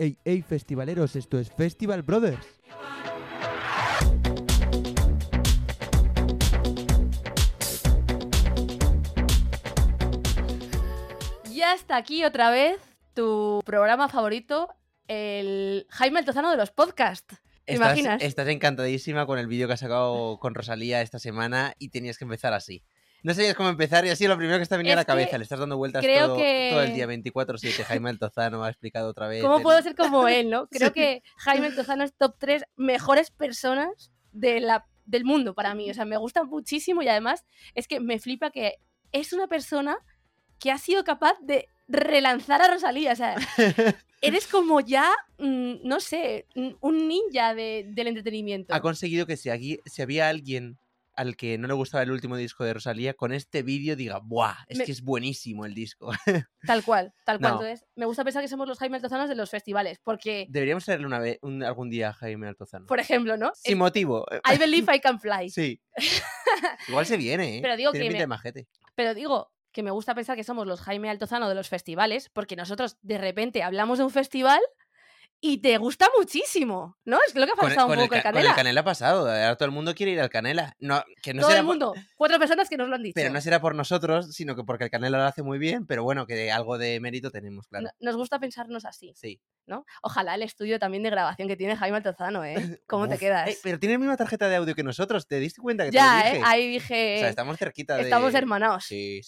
Ey, festivaleros, esto es Festival Brothers. Ya está aquí otra vez tu programa favorito, el Jaime Altozano de los podcasts. ¿Te imaginas? Estás encantadísima con el vídeo que has sacado con Rosalía esta semana y tenías que empezar así. No sabías cómo empezar y así lo primero que está viniendo a la cabeza. Le estás dando vueltas todo el día 24/7. Jaime Altozano ha explicado otra vez. ¿Cómo puedo ser como él, no? Creo que Jaime Altozano es top 3 mejores personas del mundo para mí. O sea, me gusta muchísimo y además es que me flipa que es una persona que ha sido capaz de relanzar a Rosalía. O sea, eres como ya, no sé, un ninja del entretenimiento. Ha conseguido que si había alguien al que no le gustaba el último disco de Rosalía, con este vídeo diga, ¡buah! Que es buenísimo el disco. Tal cual. No. Entonces, me gusta pensar que somos los Jaime Altozanos de los festivales, porque... Deberíamos traerle algún día a Jaime Altozano. Por ejemplo, ¿no? Sin motivo. I believe I can fly. Sí. Igual se viene, ¿eh? Pero digo Tiene pinta de majete. Pero digo que me gusta pensar que somos los Jaime Altozano de los festivales, porque nosotros de repente hablamos de un festival y te gusta muchísimo, ¿no? Es lo que ha pasado un poco con el Canela. Con el Canela ha pasado. Ahora todo el mundo quiere ir al Canela. No todo el mundo. 4 personas que nos lo han dicho. Pero no será por nosotros, sino que porque el Canela lo hace muy bien, pero bueno, que algo de mérito tenemos, claro. Nos gusta pensarnos así. Sí. ¿No? Ojalá el estudio también de grabación que tiene Jaime Altozano, ¿eh? ¿Cómo te quedas? Pero tiene la misma tarjeta de audio que nosotros, ¿te diste cuenta que ya, te lo dije? Ahí dije... O sea, estamos cerquita de... Estamos hermanados. Sí.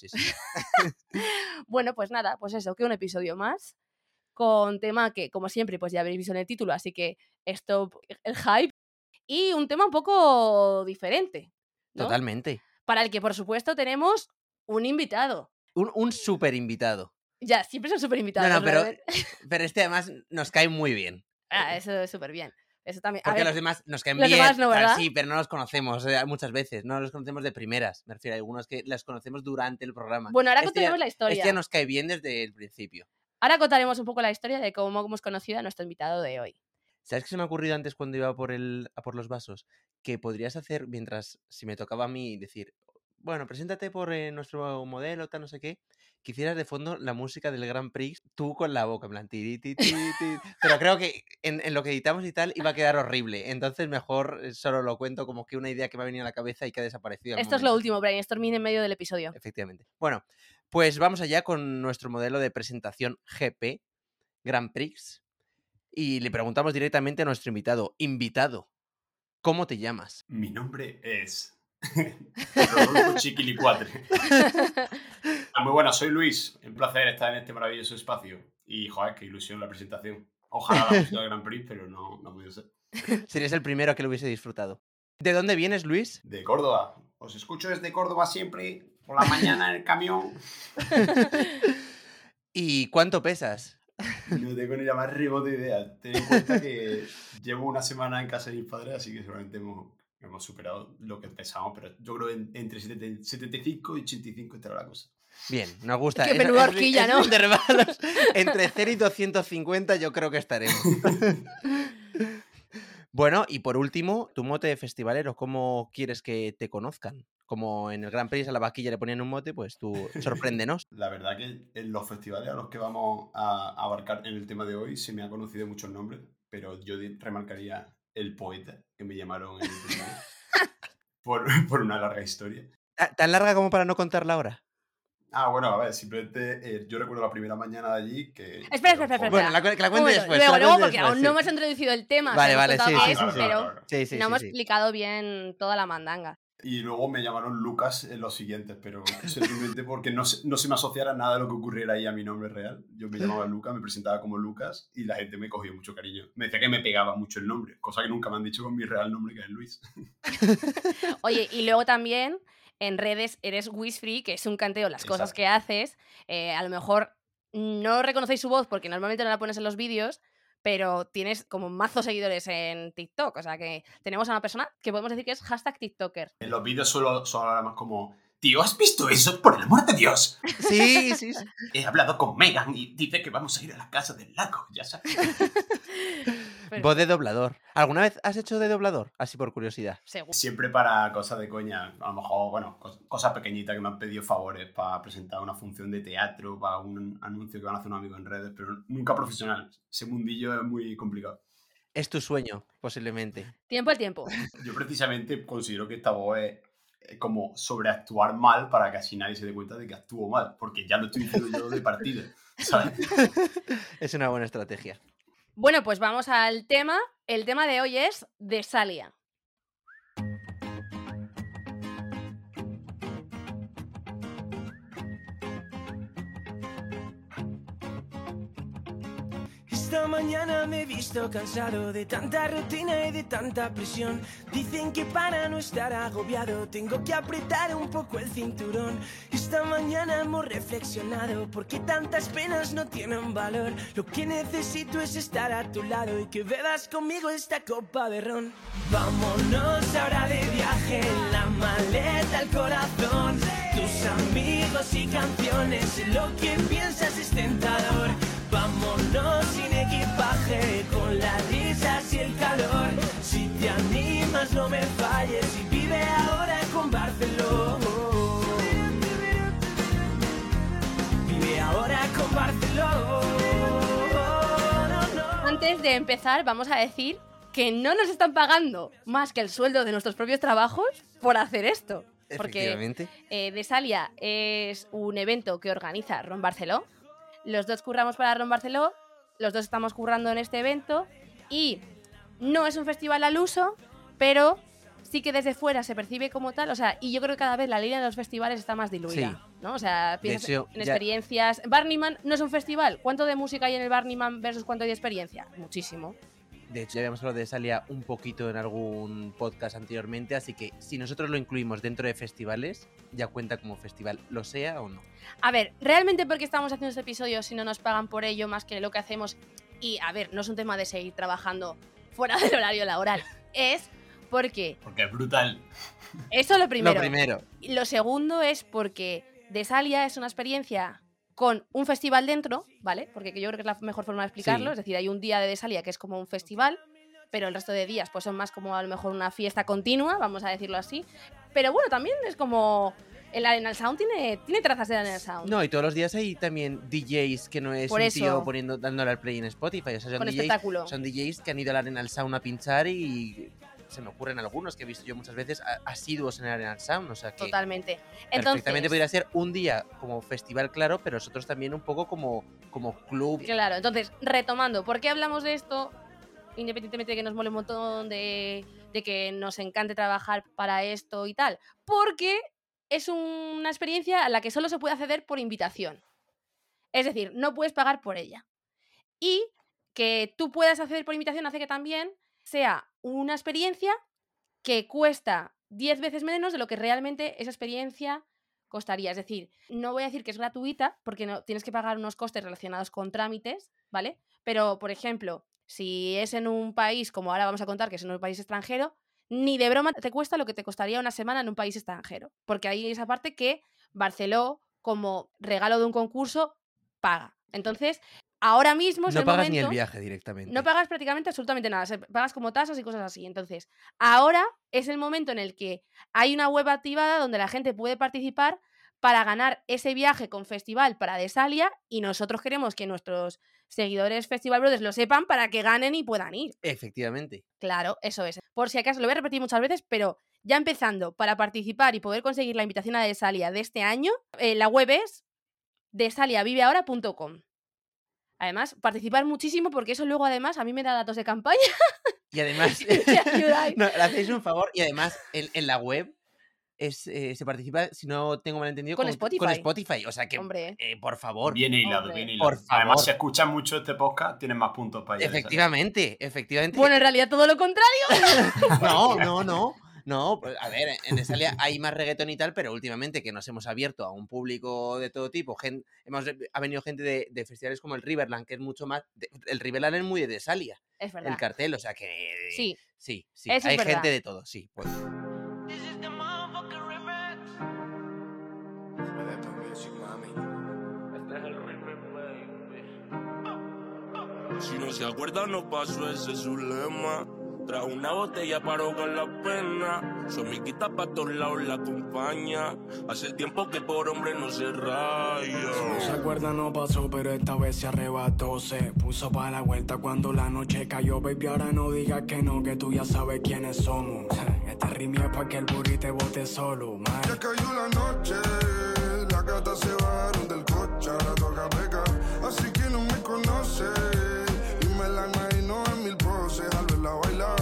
Bueno, pues nada, pues eso, que un episodio más con tema que, como siempre, pues ya habréis visto en el título, así que stop el hype. Y un tema un poco diferente, ¿no? Totalmente. Para el que, por supuesto, tenemos un invitado. Un súper invitado. Ya, siempre son súper invitados. No, pero este además nos cae muy bien. Eso es súper bien. Eso también. Porque los demás nos caen los bien. Demás no, ¿verdad? Sí, pero no los conocemos muchas veces. No los conocemos de primeras. Me refiero a algunos que las conocemos durante el programa. Bueno, ahora contaremos la historia. Este ya nos cae bien desde el principio. Ahora contaremos un poco la historia de cómo hemos conocido a nuestro invitado de hoy. ¿Sabes qué se me ha ocurrido antes cuando iba a por los vasos? Que podrías hacer, mientras, si me tocaba a mí, decir, bueno, preséntate por nuestro modelo, tal, no sé qué, que hicieras de fondo la música del Grand Prix, tú con la boca, en plan, ti. Pero creo que en lo que editamos y tal iba a quedar horrible. Entonces mejor solo lo cuento como que una idea que me ha venido a la cabeza y que ha desaparecido. Esto es lo último, brainstorming en medio del episodio. Efectivamente. Bueno, pues vamos allá con nuestro modelo de presentación GP, Grand Prix. Y le preguntamos directamente a nuestro invitado, ¿cómo te llamas? Mi nombre es Rodolfo Chiquilicuatre. Muy buenas, soy Luis. Un placer estar en este maravilloso espacio. Y, joder, qué ilusión la presentación. Ojalá la música de Grand Prix, pero no ha podido ser. Serías el primero que lo hubiese disfrutado. ¿De dónde vienes, Luis? De Córdoba. Os escucho desde Córdoba siempre, por la mañana en el camión. ¿Y cuánto pesas? No tengo ni la más remota idea. Ten en cuenta que llevo una semana en casa de mis padres, así que seguramente hemos superado lo que pesamos, pero yo creo que entre 75 y 85 estará la cosa. Bien, nos gusta. Qué menuda horquilla, ¿no? Intervalos. Entre 0 y 250 yo creo que estaremos. Bueno, y por último, tu mote de festivalero, ¿cómo quieres que te conozcan? Como en el Grand Prix a la vaquilla le ponían un mote, pues tú sorpréndenos. La verdad que en los festivales a los que vamos a abarcar en el tema de hoy se me ha conocido muchos nombres, pero yo remarcaría el poeta que me llamaron en el primero, por una larga historia. ¿Tan larga como para no contarla ahora? Bueno, a ver, simplemente yo recuerdo la primera mañana de allí que... Espera. Bueno, que la cuente después. Luego, porque aún no hemos introducido el tema. Vale, sí, claro. Pero no hemos explicado bien toda la mandanga. Y luego me llamaron Lucas en los siguientes, pero simplemente porque no se me asociara nada de lo que ocurriera ahí a mi nombre real. Yo me llamaba Lucas, me presentaba como Lucas y la gente me cogió mucho cariño. Me decía que me pegaba mucho el nombre, cosa que nunca me han dicho con mi real nombre, que es Luis. Oye, y luego también en redes eres Wizfree, que es un canteo las cosas que haces. A lo mejor no reconocéis su voz porque normalmente no la pones en los vídeos, pero tienes como mazo seguidores en TikTok. O sea que tenemos a una persona que podemos decir que es #TikToker. En los vídeos suelo hablar más como... Tío, ¿has visto eso? ¡Por el amor de Dios! Sí. He hablado con Megan y dice que vamos a ir a la casa del lago, ya sabes. Voz de doblador. ¿Alguna vez has hecho de doblador? Así por curiosidad. Seguro. Siempre para cosas de coña. A lo mejor, bueno, cosas pequeñitas que me han pedido favores para presentar una función de teatro, para un anuncio que van a hacer un amigo en redes, pero nunca profesional. Ese mundillo es muy complicado. Es tu sueño, posiblemente. Tiempo al tiempo. Yo precisamente considero que esta voz es como sobreactuar mal para que así nadie se dé cuenta de que actúo mal, porque ya lo estoy diciendo yo de partida, ¿sabes? Es una buena estrategia. Bueno, pues vamos al tema. El tema de hoy es Desalia. Esta mañana me he visto cansado de tanta rutina y de tanta presión. Dicen que para no estar agobiado tengo que apretar un poco el cinturón. Esta mañana hemos reflexionado por qué tantas penas no tienen valor. Lo que necesito es estar a tu lado y que bebas conmigo esta copa de ron. Vámonos ahora de viaje, en la maleta el corazón. Tus amigos y canciones, lo que piensas es tentador. Vámonos sin equipaje, con las risas y el calor. Si te animas no me falles y vive ahora con Barceló. Vive ahora con Barceló. Antes de empezar, vamos a decir que no nos están pagando más que el sueldo de nuestros propios trabajos por hacer esto. Porque Efectivamente. Desalia es un evento que organiza Ron Barceló. Los dos curramos para Ron Barceló, los dos estamos currando en este evento y no es un festival al uso, pero sí que desde fuera se percibe como tal, o sea, y yo creo que cada vez la línea de los festivales está más diluida, Sí. ¿no? O sea, piensas hecho, en ya- experiencias. Burning Man no es un festival. ¿Cuánto de música hay en el Burning Man versus cuánto hay de experiencia? Muchísimo. De hecho, ya habíamos hablado de Desalia un poquito en algún podcast anteriormente, así que si nosotros lo incluimos dentro de festivales, ya cuenta como festival, lo sea o no. A ver, ¿realmente por qué estamos haciendo este episodio si no nos pagan por ello más que lo que hacemos? Y, a ver, no es un tema de seguir trabajando fuera del horario laboral. Es porque Porque es brutal. eso lo primero. Lo primero. Y lo segundo es porque Desalia es una experiencia con un festival dentro, ¿vale? Porque yo creo que es la mejor forma de explicarlo. Sí. Es decir, hay un día de Desalia que es como un festival, pero el resto de días pues son más como a lo mejor una fiesta continua, vamos a decirlo así. Pero bueno, también es como... El Arenal Sound tiene trazas de Arenal Sound. No, y todos los días hay también DJs que no es Por un eso. tío dándole al play en Spotify. O sea, Con espectáculo. son DJs que han ido al Arenal Sound a pinchar y se me ocurren algunos que he visto yo muchas veces asiduos en el Arenal Sound. O sea que Totalmente. perfectamente Entonces, podría ser un día como festival, claro, pero nosotros también un poco como club. claro, entonces, retomando, ¿por qué hablamos de esto? Independientemente de que nos mole un montón, de que nos encante trabajar para esto y tal. Porque es una experiencia a la que solo se puede acceder por invitación. Es decir, no puedes pagar por ella. Y que tú puedas acceder por invitación hace que también sea una experiencia que cuesta 10 veces menos de lo que realmente esa experiencia costaría. Es decir, no voy a decir que es gratuita, porque no tienes que pagar unos costes relacionados con trámites, ¿vale? Pero, por ejemplo, si es en un país, como ahora vamos a contar, que es en un país extranjero, ni de broma te cuesta lo que te costaría una semana en un país extranjero. Porque hay esa parte que Barceló, como regalo de un concurso, paga. Entonces, ahora mismo es No el pagas momento... ni el viaje directamente. No pagas prácticamente absolutamente nada, pagas como tasas y cosas así. Entonces, ahora es el momento en el que hay una web activada donde la gente puede participar para ganar ese viaje con festival para Desalia, y nosotros queremos que nuestros seguidores Festival Brothers lo sepan para que ganen y puedan ir. Efectivamente. Claro, eso es. Por si acaso, lo voy a repetir muchas veces, pero ya empezando, para participar y poder conseguir la invitación a Desalia de este año, la web es desaliaviveahora.com. Además, participar muchísimo porque eso luego además a mí me da datos de campaña. Y además, Me ayudáis. no, le hacéis un favor y además en la web se participa, si no tengo mal entendido, Con Spotify. Con Spotify. O sea que, Hombre. por favor. Bien hilado, Hombre. bien hilado. Por favor. Además, si escuchas mucho este podcast, tienes más puntos para allá. Efectivamente. Bueno, en realidad todo lo contrario. No, pues, a ver, en Desalia hay más reggaetón y tal, pero últimamente que nos hemos abierto a un público de todo tipo, ha venido gente de festivales como el Riverland, que es mucho más... el Riverland es muy de Desalia, Es verdad. el cartel, o sea que... Sí. Sí, Eso es hay verdad. gente de todo, sí. Pues. Si no se se acuerda no pasó, ese es su lema. Trajo una botella para ahogar la pena. Su amiguita pa' todos lados la acompaña. Hace tiempo que por hombre no se raya. No se acuerda no pasó, pero esta vez se arrebató. Se puso para la vuelta cuando la noche cayó. Baby, ahora no digas que no, que tú ya sabes quiénes somos. Este ritmo es pa' que el burrito te bote solo, man. Ya cayó la noche, las gatas se bajaron del coche, ahora toca pecar, así que no me conoce. Y me la imagino en mil poses al verla bailar.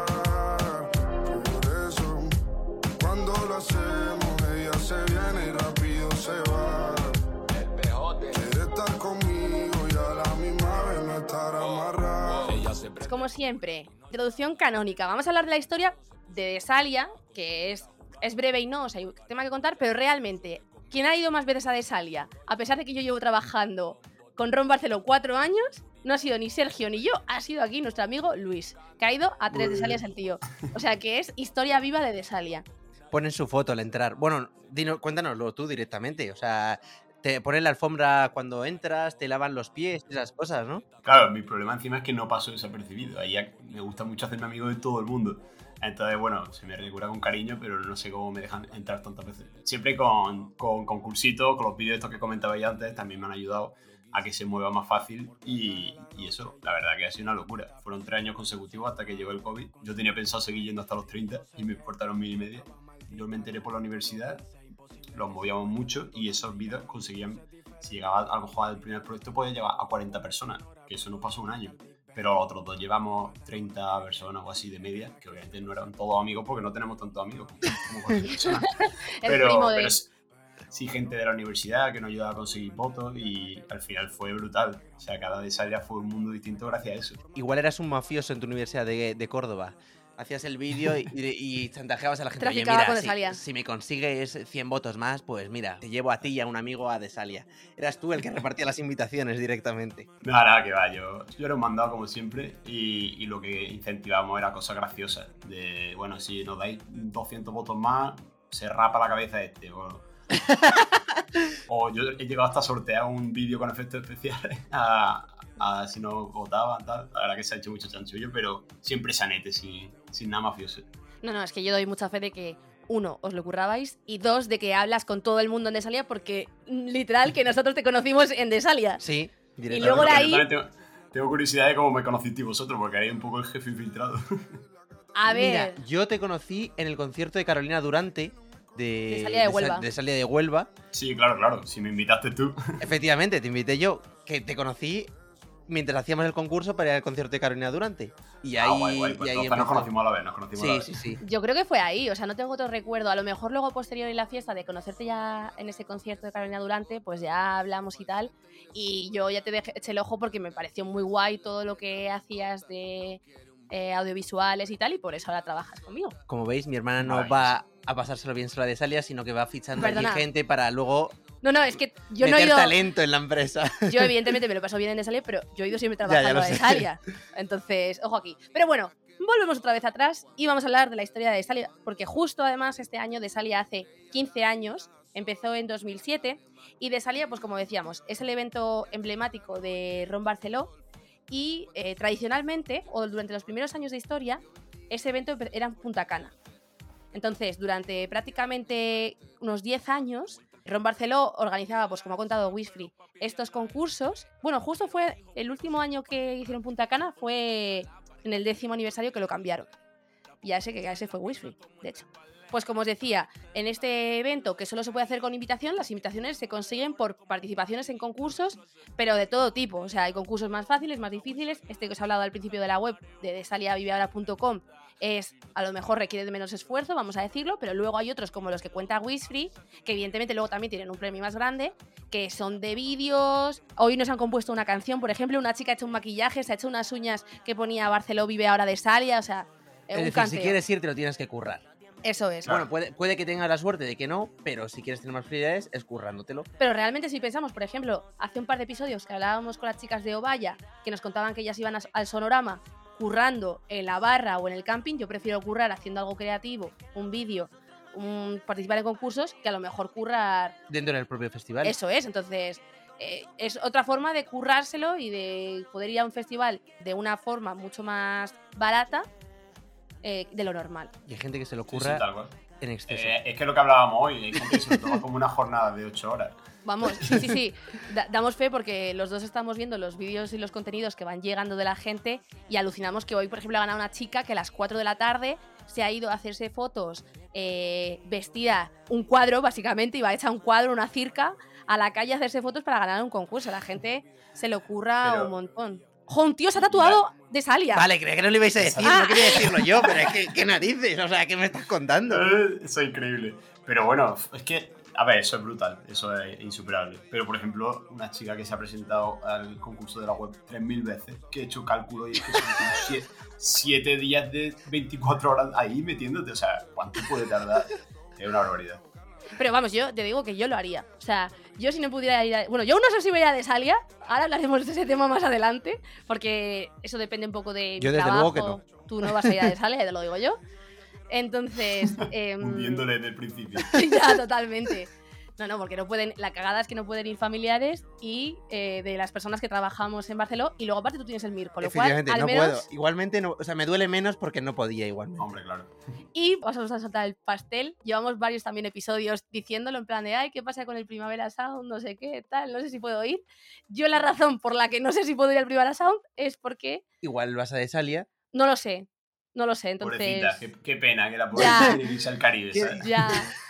Por eso, cuando lo hacemos, ella se viene y rápido se va. Quiere estar conmigo y a la misma vez no estar amarrado. Como siempre, introducción canónica. Vamos a hablar de la historia de Desalia, que es breve y no, o sea, hay un tema que contar, pero realmente, ¿quién ha ido más veces a Desalia? A pesar de que yo llevo trabajando con Ron Barceló 4 años, no ha sido ni Sergio ni yo, ha sido aquí nuestro amigo Luis, que ha ido a 3 Desalias el tío. O sea, que es historia viva de Desalia. Ponen su foto al entrar. Bueno, cuéntanoslo tú directamente. O sea, te ponen la alfombra cuando entras, te lavan los pies, esas cosas, ¿no? Claro, mi problema encima es que no paso desapercibido. Ahí me gusta mucho hacerme amigo de todo el mundo. Entonces, bueno, se me recuerda con cariño, pero no sé cómo me dejan entrar tantas veces. Siempre con concursitos, con los vídeos estos que comentaba ya antes, también me han ayudado a que se mueva más fácil y eso, la verdad que ha sido una locura. Fueron 3 años consecutivos hasta que llegó el COVID. Yo tenía pensado seguir yendo hasta los 30 y me cortaron 1,5 meses. Yo me enteré por la universidad, los movíamos mucho y esos vídeos conseguían, si llegaba a lo mejor al primer proyecto, podía llevar a 40 personas, que eso nos pasó un año. Pero los otros 2 llevamos 30 personas o así de media, que obviamente no eran todos amigos porque no tenemos tantos amigos como cualquier persona. pero sí, gente de la universidad que nos ayudaba a conseguir votos y al final fue brutal. O sea, cada Desalia fue un mundo distinto gracias a eso. Igual eras un mafioso en tu universidad de Córdoba. Hacías el vídeo y chantajeabas a la gente. Oye, mira, si me consigues 100 votos más, pues mira, te llevo a ti y a un amigo a Desalia. Eras tú el que repartía las invitaciones directamente. Nada, que va, yo era un mandado como siempre y lo que incentivábamos era cosas graciosas. De, bueno, si nos dais 200 votos más, se rapa la cabeza este. O yo he llegado hasta a sortear un vídeo con efectos especiales a si no votaban, tal. La verdad que se ha hecho mucho chanchullo, pero siempre sanete, sin nada mafioso. No, es que yo doy mucha fe de que, 1, os lo currabais, y 2, de que hablas con todo el mundo en Desalia, porque literal que nosotros te conocimos en Desalia. Sí, y luego de ahí... Tengo curiosidad de cómo me conocisteis vosotros, porque haréis un poco el jefe infiltrado. A ver... Mira, yo te conocí en el concierto de Carolina Durante, de Desalia de Huelva. Desalia de Huelva. Sí, claro, si me invitaste tú. Efectivamente, te invité yo, que te conocí mientras hacíamos el concurso para ir al concierto de Carolina Durante. Y ahí, guay. Pues entonces nos conocimos a la vez, Sí. Yo creo que fue ahí, o sea, no tengo otro recuerdo. A lo mejor luego posterior en la fiesta de conocerte ya en ese concierto de Carolina Durante, pues ya hablamos y tal. Y yo ya te eché el ojo porque me pareció muy guay todo lo que hacías de audiovisuales y tal, y por eso ahora trabajas conmigo. Como veis, mi hermana no va a pasárselo bien sola de Desalia, sino que va fichando aquí gente para luego... No, es que yo meter no he ido... talento en la empresa. Yo evidentemente me lo paso bien en Desalia, pero yo he ido siempre trabajando a Desalia. Entonces, ojo aquí. Pero bueno, volvemos otra vez atrás y vamos a hablar de la historia de Desalia, porque justo además este año Desalia hace 15 años, empezó en 2007, y Desalia, pues como decíamos, es el evento emblemático de Ron Barceló, y tradicionalmente, o durante los primeros años de historia, ese evento era en Punta Cana. Entonces, durante prácticamente unos 10 años, Ron Barceló organizaba, pues como ha contado Wisfree, estos concursos. Bueno, justo fue el último año que hicieron Punta Cana, fue en el 10º aniversario que lo cambiaron. Y ese fue Wisfree, de hecho. Pues como os decía, en este evento, que solo se puede hacer con invitación, las invitaciones se consiguen por participaciones en concursos, pero de todo tipo. O sea, hay concursos más fáciles, más difíciles. Este que os he hablado al principio de la web, de desaliaviveahora.com, a lo mejor requiere de menos esfuerzo, vamos a decirlo, pero luego hay otros como los que cuenta Wisfree, que evidentemente luego también tienen un premio más grande, que son de vídeos. Hoy nos han compuesto una canción, por ejemplo, una chica ha hecho un maquillaje, se ha hecho unas uñas que ponía Barceló vive ahora Desalia, o sea, es decir, si quieres ir te lo tienes que currar. Eso es. Bueno, puede que tengas la suerte de que no, pero si quieres tener más prioridades es currándotelo. Pero realmente si pensamos, por ejemplo, hace un par de episodios que hablábamos con las chicas de Ovalla, que nos contaban que ellas iban al Sonorama currando en la barra o en el camping, yo prefiero currar haciendo algo creativo, un vídeo, participar en concursos, que a lo mejor currar... dentro del propio festival. Eso es, entonces... es otra forma de currárselo y de poder ir a un festival de una forma mucho más barata de lo normal. Y hay gente que se lo Sí, ocurra tal cual. en exceso. Es que lo que hablábamos hoy, hay gente que se lo toma como una jornada de 8 horas. Vamos, sí. Damos fe porque los dos estamos viendo los vídeos y los contenidos que van llegando de la gente y alucinamos que hoy, por ejemplo, ha ganado una chica que a las 4 de la tarde se ha ido a hacerse fotos vestida, un cuadro básicamente, iba hecha un cuadro, una circa, a la calle a hacerse fotos para ganar un concurso. La gente se le ocurra Pero- un montón. ¡Jo, un tío se ha tatuado de Salia! Vale, creía que no lo ibais a decir, no quería decirlo yo, pero es que, ¿qué narices? O sea, ¿qué me estás contando? Eso es increíble. Pero bueno, es que, a ver, eso es brutal, eso es insuperable. Pero, por ejemplo, una chica que se ha presentado al concurso de la web 3000 veces, que he hecho cálculo y es que son 7 días de 24 horas ahí metiéndote. O sea, ¿cuánto puede tardar? Es una barbaridad. Pero vamos, yo te digo que yo lo haría. O sea, yo si no pudiera ir bueno, yo no sé si voy a ir a Desalia, ahora hablaremos de ese tema más adelante, porque eso depende un poco de Yo mi desde trabajo. luego que Tú no vas a ir a Desalia, ya te lo digo yo. Entonces... Hundiéndole desde el principio. Ya, totalmente. No, porque no pueden. La cagada es que no pueden ir familiares y de las personas que trabajamos en Barcelona. Y luego, aparte, tú tienes el MIR, con lo cual, Efectivamente, al no menos. puedo. Igualmente, no, o sea, me duele menos porque no podía igualmente. Hombre, claro. Y vamos a soltar el pastel. Llevamos varios también episodios diciéndolo en plan de, ay, ¿qué pasa con el Primavera Sound? No sé qué, tal, no sé si puedo ir. Yo la razón por la que no sé si puedo ir al Primavera Sound es porque Igual vas a Desalia. no lo sé. No lo sé, entonces. Pobrecita, qué pena que la pobre Ya. tiene que irse al Caribe, ¿sabes? Ya.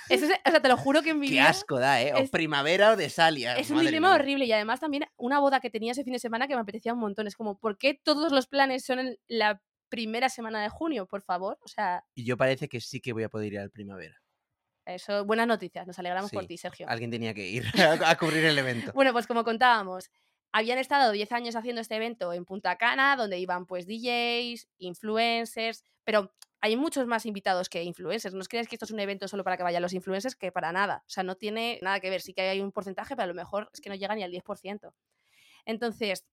O sea, te lo juro que en mi Qué vida. asco da, ¿eh? O es- Primavera o Desalia. Es un madre dilema mía. horrible y además también una boda que tenía ese fin de semana que me apetecía un montón. Es como, ¿por qué todos los planes son en la primera semana de junio, por favor? O sea, Y yo parece que sí que voy a poder ir al Primavera. eso, buenas noticias, nos alegramos por Sí. ti, Sergio. Alguien tenía que ir a cubrir el evento. Bueno, pues como contábamos, habían estado 10 años haciendo este evento en Punta Cana, donde iban pues DJs, influencers, pero hay muchos más invitados que influencers. No os creáis que esto es un evento solo para que vayan los influencers, que para nada. O sea, no tiene nada que ver. Sí que hay un porcentaje, pero a lo mejor es que no llega ni al 10%. Entonces,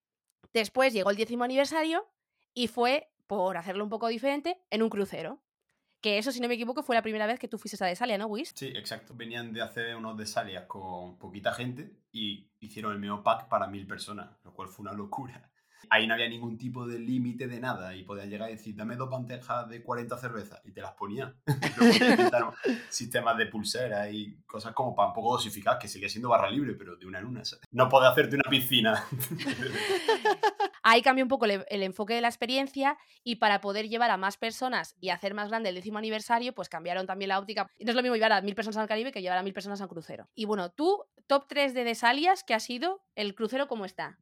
después llegó el 10º aniversario y fue, por hacerlo un poco diferente, en un crucero. Que eso, si no me equivoco, fue la primera vez que tú fuiste a Desalia, ¿no, Wiz? Sí, exacto. Venían de hacer unos Desalias con poquita gente y hicieron el mismo pack para 1000 personas, lo cual fue una locura. Ahí no había ningún tipo de límite de nada y podías llegar y decir, dame 2 bandejas de 40 cervezas y te las ponían. Luego inventaron sistemas de pulseras y cosas como para un poco dosificar, que sigue siendo barra libre, pero de una en una. ¿Sabes? No podés hacerte una piscina. Ahí cambió un poco el enfoque de la experiencia y para poder llevar a más personas y hacer más grande el 10º aniversario, pues cambiaron también la óptica. No es lo mismo llevar a 1000 personas al Caribe que llevar a 1000 personas a un crucero. Y bueno, tú, top 3 de Desalias, ¿qué ha sido el crucero cómo está?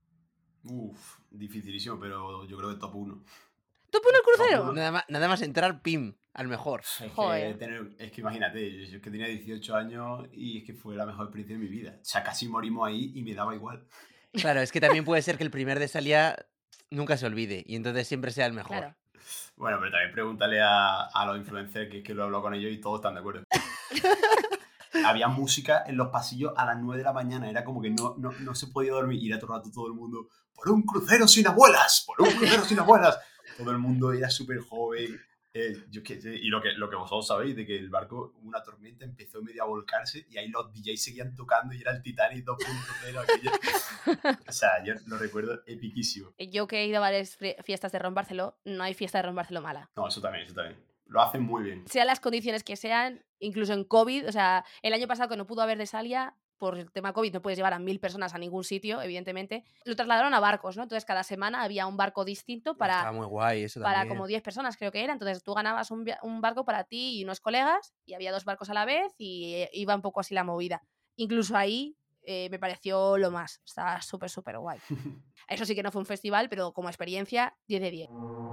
Uf, dificilísimo, pero yo creo que top 1. ¿Top 1 el crucero? uno. Nada más entrar, pim, al mejor. Joder. Es que imagínate, yo es que tenía 18 años y es que fue la mejor experiencia de mi vida. O sea, casi morimos ahí y me daba igual. Claro, es que también puede ser que el primer Desalia nunca se olvide y entonces siempre sea el mejor. Claro. Bueno, pero también pregúntale a los influencers que lo he hablado con ellos y todos están de acuerdo. Había música en los pasillos a las 9 de la mañana. Era como que no se podía dormir. Y era todo el rato todo el mundo, ¡por un crucero sin abuelas! ¡Por un crucero sin abuelas! Todo el mundo era súper joven. Y lo que vosotros sabéis, de que el barco, una tormenta, empezó medio a volcarse y ahí los DJs seguían tocando y era el Titanic 2.0 aquello. O sea, yo lo recuerdo epiquísimo. Yo que he ido a varias fiestas de Ron Barceló, no hay fiesta de Ron Barceló mala. No, eso también. Lo hacen muy bien. Sean las condiciones que sean, incluso en COVID, o sea, el año pasado que no pudo haber Desalia, por el tema COVID no puedes llevar a 1000 personas a ningún sitio, evidentemente, lo trasladaron a barcos, ¿no? Entonces cada semana había un barco distinto Estaba para muy guay eso para también. como 10 personas creo que era, entonces tú ganabas un barco para ti y unos colegas y había 2 barcos a la vez y iba un poco así la movida. Incluso ahí me pareció lo más, estaba súper, súper guay. Eso sí que no fue un festival, pero como experiencia, 10 de 10.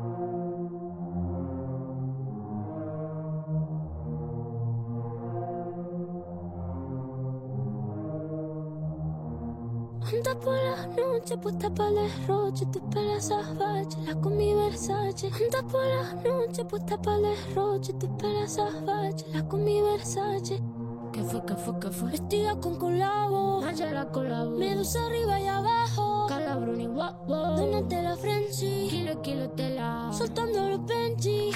Anda por la noche, puesta para el derroche, tu pela salvaje, la con mi Versace. Anda por la noche, puesta para el derroche, tu pela salvaje, la con mi Versace. ¿Qué fue? Vestida con colabo, la colabo. Medusa arriba y abajo, calabrón y guapo. Donate la Frenchy, kilo tela. Soltando los Benji,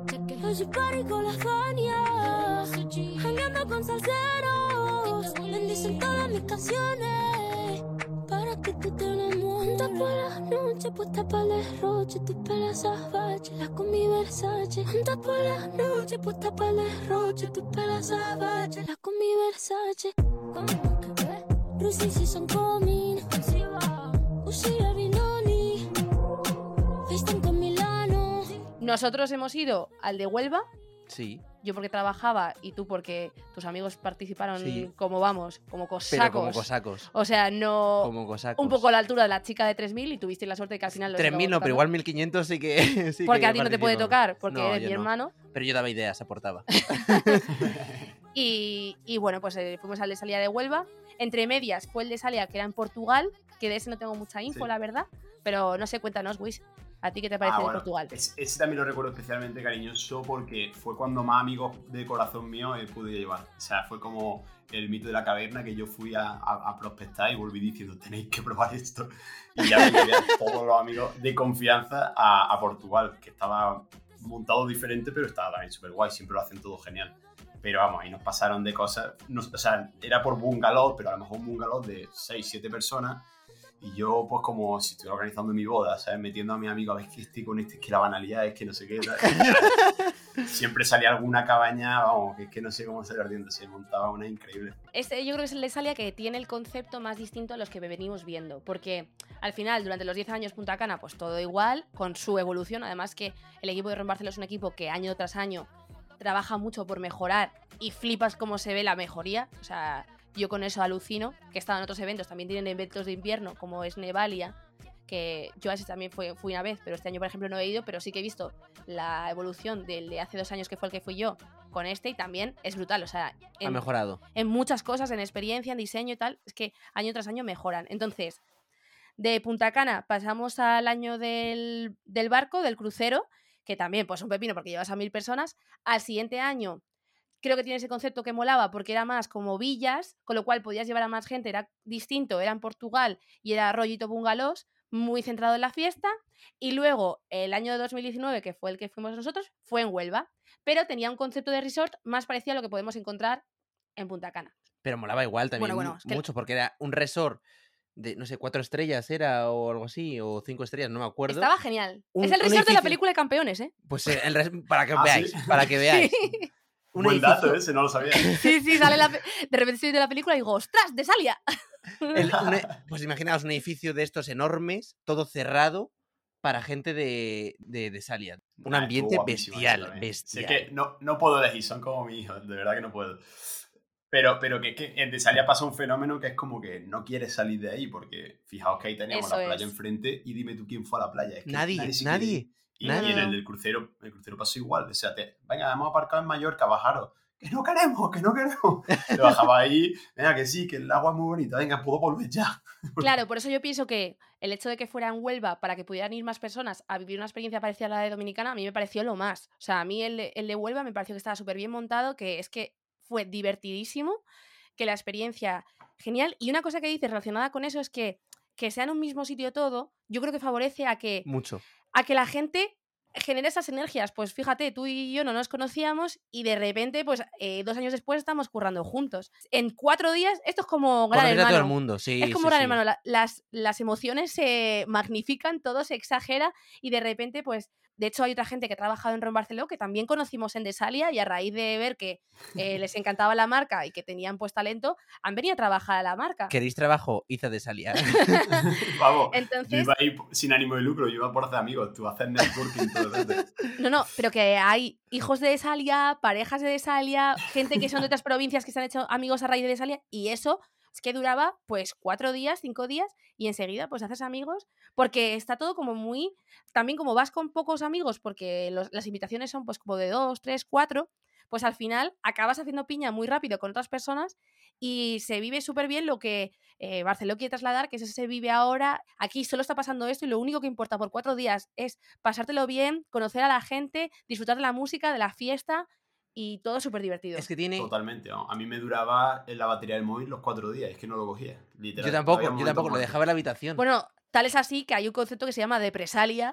Hoy party con la Fania, andando con salseros. dicen todas mis canciones. Para que tú te enamores. Juntas por la noche, puesta para el derroche. Tu pelo salvaje, la con mi Versace. Juntas por la noche, puesta para el derroche. Tu pelo salvaje, la con mi Versace. Como que ve, Rusi si son coming. Usi Arinoni, FaceTime con Milano. Nosotros hemos ido al de Huelva. Sí. Yo porque trabajaba y tú porque tus amigos participaron Sí. como cosacos. Pero como cosacos. O sea, no... Como cosacos. Un poco a la altura de la chica de 3.000 y tuviste la suerte de que al final... los 3.000 acabamos no, pero tocando. igual 1.500 sí que... sí Porque que a ti no te puede participamos. tocar, porque No, eres yo mi no. hermano. Pero yo daba ideas, aportaba. Y bueno, pues fuimos al de Salia de Huelva. Entre medias fue el de Salia, que era en Portugal, que de ese no tengo mucha info, Sí. la verdad. Pero no sé, cuéntanos, Wish. ¿A ti qué te parece de Bueno, Portugal? Ese también lo recuerdo especialmente cariñoso porque fue cuando más amigos de corazón mío pude llevar. O sea, fue como el mito de la caverna que yo fui a prospectar y volví diciendo, tenéis que probar esto. Y ya me llevé a todos los amigos de confianza a Portugal, que estaba montado diferente, pero estaba también súper guay. Siempre lo hacen todo genial. Pero vamos, ahí nos pasaron de cosas. O sea, era por bungalow, pero a lo mejor un bungalow de 6-7 personas. Y yo, pues, como si estuviera organizando mi boda, ¿sabes? Metiendo a mi amigo, a ver, que estoy con este, es que la banalidad es que no sé qué. Siempre salía alguna cabaña, vamos, que es que no sé cómo salir ardiendo. Se montaba una increíble. Este yo creo que es el de Salia que tiene el concepto más distinto a los que venimos viendo. Porque al final, durante los 10 años Punta Cana, pues todo igual, con su evolución. Además que el equipo de Ron Barceló es un equipo que año tras año trabaja mucho por mejorar y flipas cómo se ve la mejoría. O sea, yo con eso alucino, que he estado en otros eventos, también tienen eventos de invierno como es Nevalia, que yo a ese también fui una vez, pero este año por ejemplo no he ido, pero sí que he visto la evolución del de hace 2 años que fue el que fui yo con este y también es brutal, o sea, Ha mejorado. en muchas cosas, en experiencia, en diseño y tal, es que año tras año mejoran. Entonces, de Punta Cana pasamos al año del barco, del crucero, que también pues un pepino porque llevas a 1.000 personas. Al siguiente año creo que tiene ese concepto que molaba porque era más como villas, con lo cual podías llevar a más gente, era distinto, era en Portugal y era rollito bungalows, muy centrado en la fiesta. Y luego el año de 2019, que fue el que fuimos nosotros, fue en Huelva, pero tenía un concepto de resort más parecido a lo que podemos encontrar en Punta Cana. Pero molaba igual también Bueno, es que mucho, porque era un resort de, no sé, 4 estrellas era o algo así, o 5 estrellas, no me acuerdo. Estaba genial. Un- es el un resort de la edificio- película de Campeones, ¿eh? Pues para que Ah, veáis, ¿sí? para que veáis. Un Buen edificio- dato ese, no lo sabía. Sí, sale de repente estoy de la película y digo, ¡ostras, de Salia! Pues imaginaos un edificio de estos enormes, todo cerrado, para gente de Salia. Un Nah, ambiente estuvo guapísimo eso bestial, también. bestial. Sé que no puedo elegir, son como mi hijo, de verdad que no puedo. Pero que en Tesalia pasa un fenómeno que es como que no quieres salir de ahí, porque fijaos que ahí teníamos Eso la playa es. enfrente y dime tú quién fue a la playa. Es que Nadie, se quiere ir. Y nadie. en el crucero pasó igual. O sea, venga, hemos aparcado en Mallorca, bajaros. Que no queremos, que no queremos. Te bajaba ahí, venga, que sí, que el agua es muy bonita, venga, puedo volver ya. Claro, por eso yo pienso que el hecho de que fuera en Huelva para que pudieran ir más personas a vivir una experiencia parecida a la de Dominicana, a mí me pareció lo más. O sea, a mí el de Huelva me pareció que estaba súper bien montado, que es que fue divertidísimo, que la experiencia genial. Y una cosa que dices relacionada con eso es que sea en un mismo sitio todo, yo creo que favorece a que Mucho. la gente genere esas energías. Pues fíjate, tú y yo no nos conocíamos y de repente, pues 2 años después estamos currando juntos. En 4 días, esto es como Gran Conocer a todo el Hermano. mundo, sí. Es como sí, Gran sí. Hermano, las emociones se magnifican, todo se exagera y de repente, pues, de hecho hay otra gente que ha trabajado en Ron Barceló que también conocimos en Desalia y a raíz de ver que les encantaba la marca y que tenían pues talento, han venido a trabajar a la marca. ¿Queréis trabajo? Hice de Salia. Vamos, yo Entonces, iba ahí sin ánimo de lucro, yo iba por hacer amigos, tú haces networking todo el rato. no, pero que hay hijos de Desalia, parejas de Desalia, gente que son de otras provincias que se han hecho amigos a raíz de Desalia y eso es que duraba pues 4 días, 5 días y enseguida pues haces amigos porque está todo como muy, también como vas con pocos amigos porque las invitaciones son pues como de 2, 3, 4, pues al final acabas haciendo piña muy rápido con otras personas y se vive súper bien lo que Barceló quiere trasladar, que es ese se vive ahora, aquí solo está pasando esto y lo único que importa por 4 días es pasártelo bien, conocer a la gente, disfrutar de la música, de la fiesta y todo súper divertido. Es que tiene... Totalmente, ¿no? A mí me duraba la batería del móvil los 4 días, es que no lo cogía, literal. Yo tampoco, Había momentos lo muertos. dejaba en la habitación. Bueno, tal es así que hay un concepto que se llama depresalia,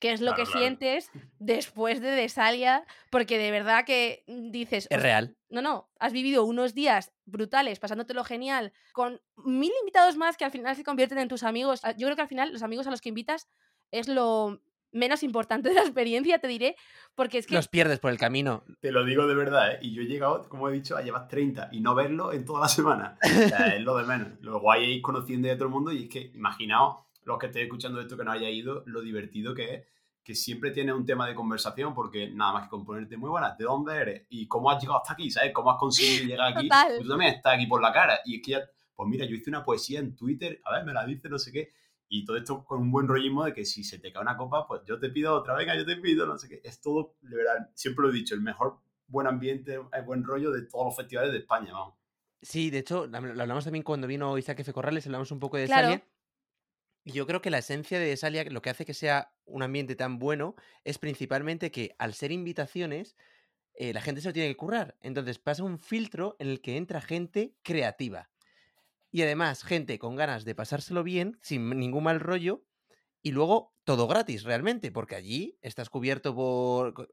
qué es lo Claro, que claro. sientes después de Desalia, porque de verdad que dices... Es real. No, has vivido unos días brutales, pasándotelo genial, con 1000 invitados más que al final se convierten en tus amigos. Yo creo que al final los amigos a los que invitas es lo menos importante de la experiencia, te diré, porque es que... Los pierdes por el camino. Te lo digo de verdad, ¿eh? Y yo he llegado, como he dicho, a llevar 30 y no verlo en toda la semana. O sea, es lo de menos. Lo guay es ir conociendo a todo el mundo y es que, imaginaos, los que estéis escuchando esto que no haya ido, lo divertido que es, que siempre tiene un tema de conversación, porque nada más que con ponerte muy buenas, ¿de dónde eres? ¿Y cómo has llegado hasta aquí? ¿Sabes? ¿Cómo has conseguido llegar aquí? Total. Tú también estás aquí por la cara. Y es que ya, pues mira, yo hice una poesía en Twitter, a ver, me la dice no sé qué, y todo esto con un buen rollismo de que si se te cae una copa, pues yo te pido otra, venga, yo te pido, no sé qué. Es todo, de verdad, siempre lo he dicho, el mejor buen ambiente, el buen rollo de todos los festivales de España, vamos. Sí, de hecho, lo hablamos también cuando vino Isaac F. Corrales, hablamos un poco de Claro. Desalia. Y yo creo que la esencia de Desalia, lo que hace que sea un ambiente tan bueno, es principalmente que al ser invitaciones, la gente se lo tiene que currar. Entonces pasa un filtro en el que entra gente creativa. Y además, gente con ganas de pasárselo bien, sin ningún mal rollo, y luego todo gratis, realmente, porque allí estás cubierto por...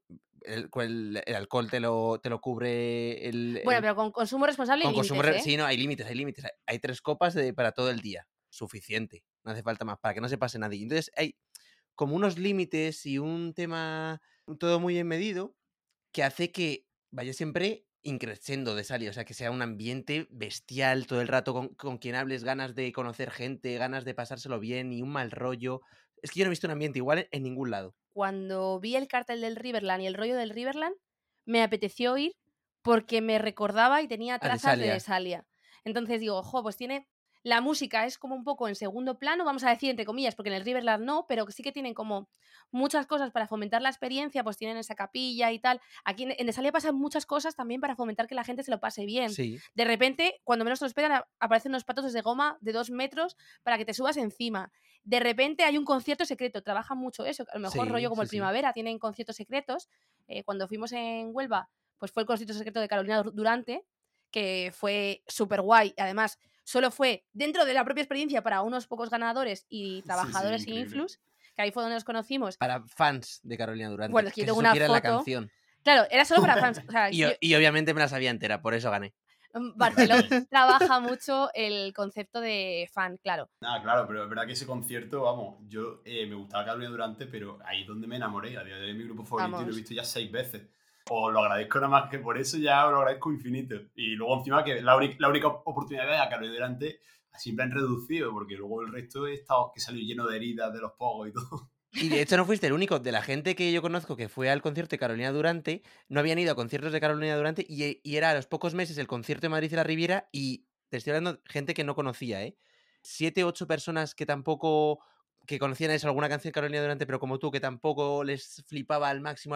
El alcohol te lo cubre el... Bueno, pero con consumo responsable con y consumo límites, ¿eh? Sí, no, hay límites. Hay 3 copas para todo el día. Suficiente. No hace falta más, para que no se pase nadie. Entonces hay como unos límites y un tema todo muy bien medido que hace que vaya siempre increciendo Desalia, o sea, que sea un ambiente bestial todo el rato, con quien hables, ganas de conocer gente, ganas de pasárselo bien y un mal rollo. Es que yo no he visto un ambiente igual en ningún lado. Cuando vi el cartel del Riverland y el rollo del Riverland, me apeteció ir porque me recordaba y tenía trazas de Desalia. Entonces digo, pues tiene... La música es como un poco en segundo plano, vamos a decir entre comillas, porque en el Riverland no, pero sí que tienen como muchas cosas para fomentar la experiencia, pues tienen esa capilla y tal. Aquí en Desalia pasan muchas cosas también para fomentar que la gente se lo pase bien. Sí. De repente, cuando menos te lo esperan, aparecen unos patos de goma de 2 metros para que te subas encima. De repente hay un concierto secreto, trabajan mucho eso, a lo mejor Sí, rollo como sí, el sí. Primavera, tienen conciertos secretos. Cuando fuimos en Huelva, pues fue el concierto secreto de Carolina Durante, que fue súper guay. Además, solo fue dentro de la propia experiencia para unos pocos ganadores y trabajadores y increíble. influx, que ahí fue donde nos conocimos. Para fans de Carolina Durante. Bueno, es que yo que tengo se una supiera la foto. canción. Claro, era solo para fans. O sea, Y obviamente me la sabía entera, por eso gané. Barceló trabaja mucho el concepto de fan, claro. Nada, claro, pero es verdad que ese concierto, vamos, yo me gustaba Carolina Durante, pero ahí es donde me enamoré. A día de hoy es mi grupo favorito y lo he visto ya 6 veces. Os lo agradezco nada más que por eso, ya os lo agradezco infinito. Y luego encima que la única oportunidad de ver a Carolina Durante siempre han reducido, porque luego el resto he estado que salió lleno de heridas de los pogos y todo. Y de hecho no fuiste el único. De la gente que yo conozco que fue al concierto de Carolina Durante, no habían ido a conciertos de Carolina Durante y era a los pocos meses el concierto de Madrid y la Riviera y te estoy hablando de gente que no conocía, 7, 8 personas que tampoco... que conocían eso, alguna canción de Carolina Durante, pero como tú, que tampoco les flipaba al máximo,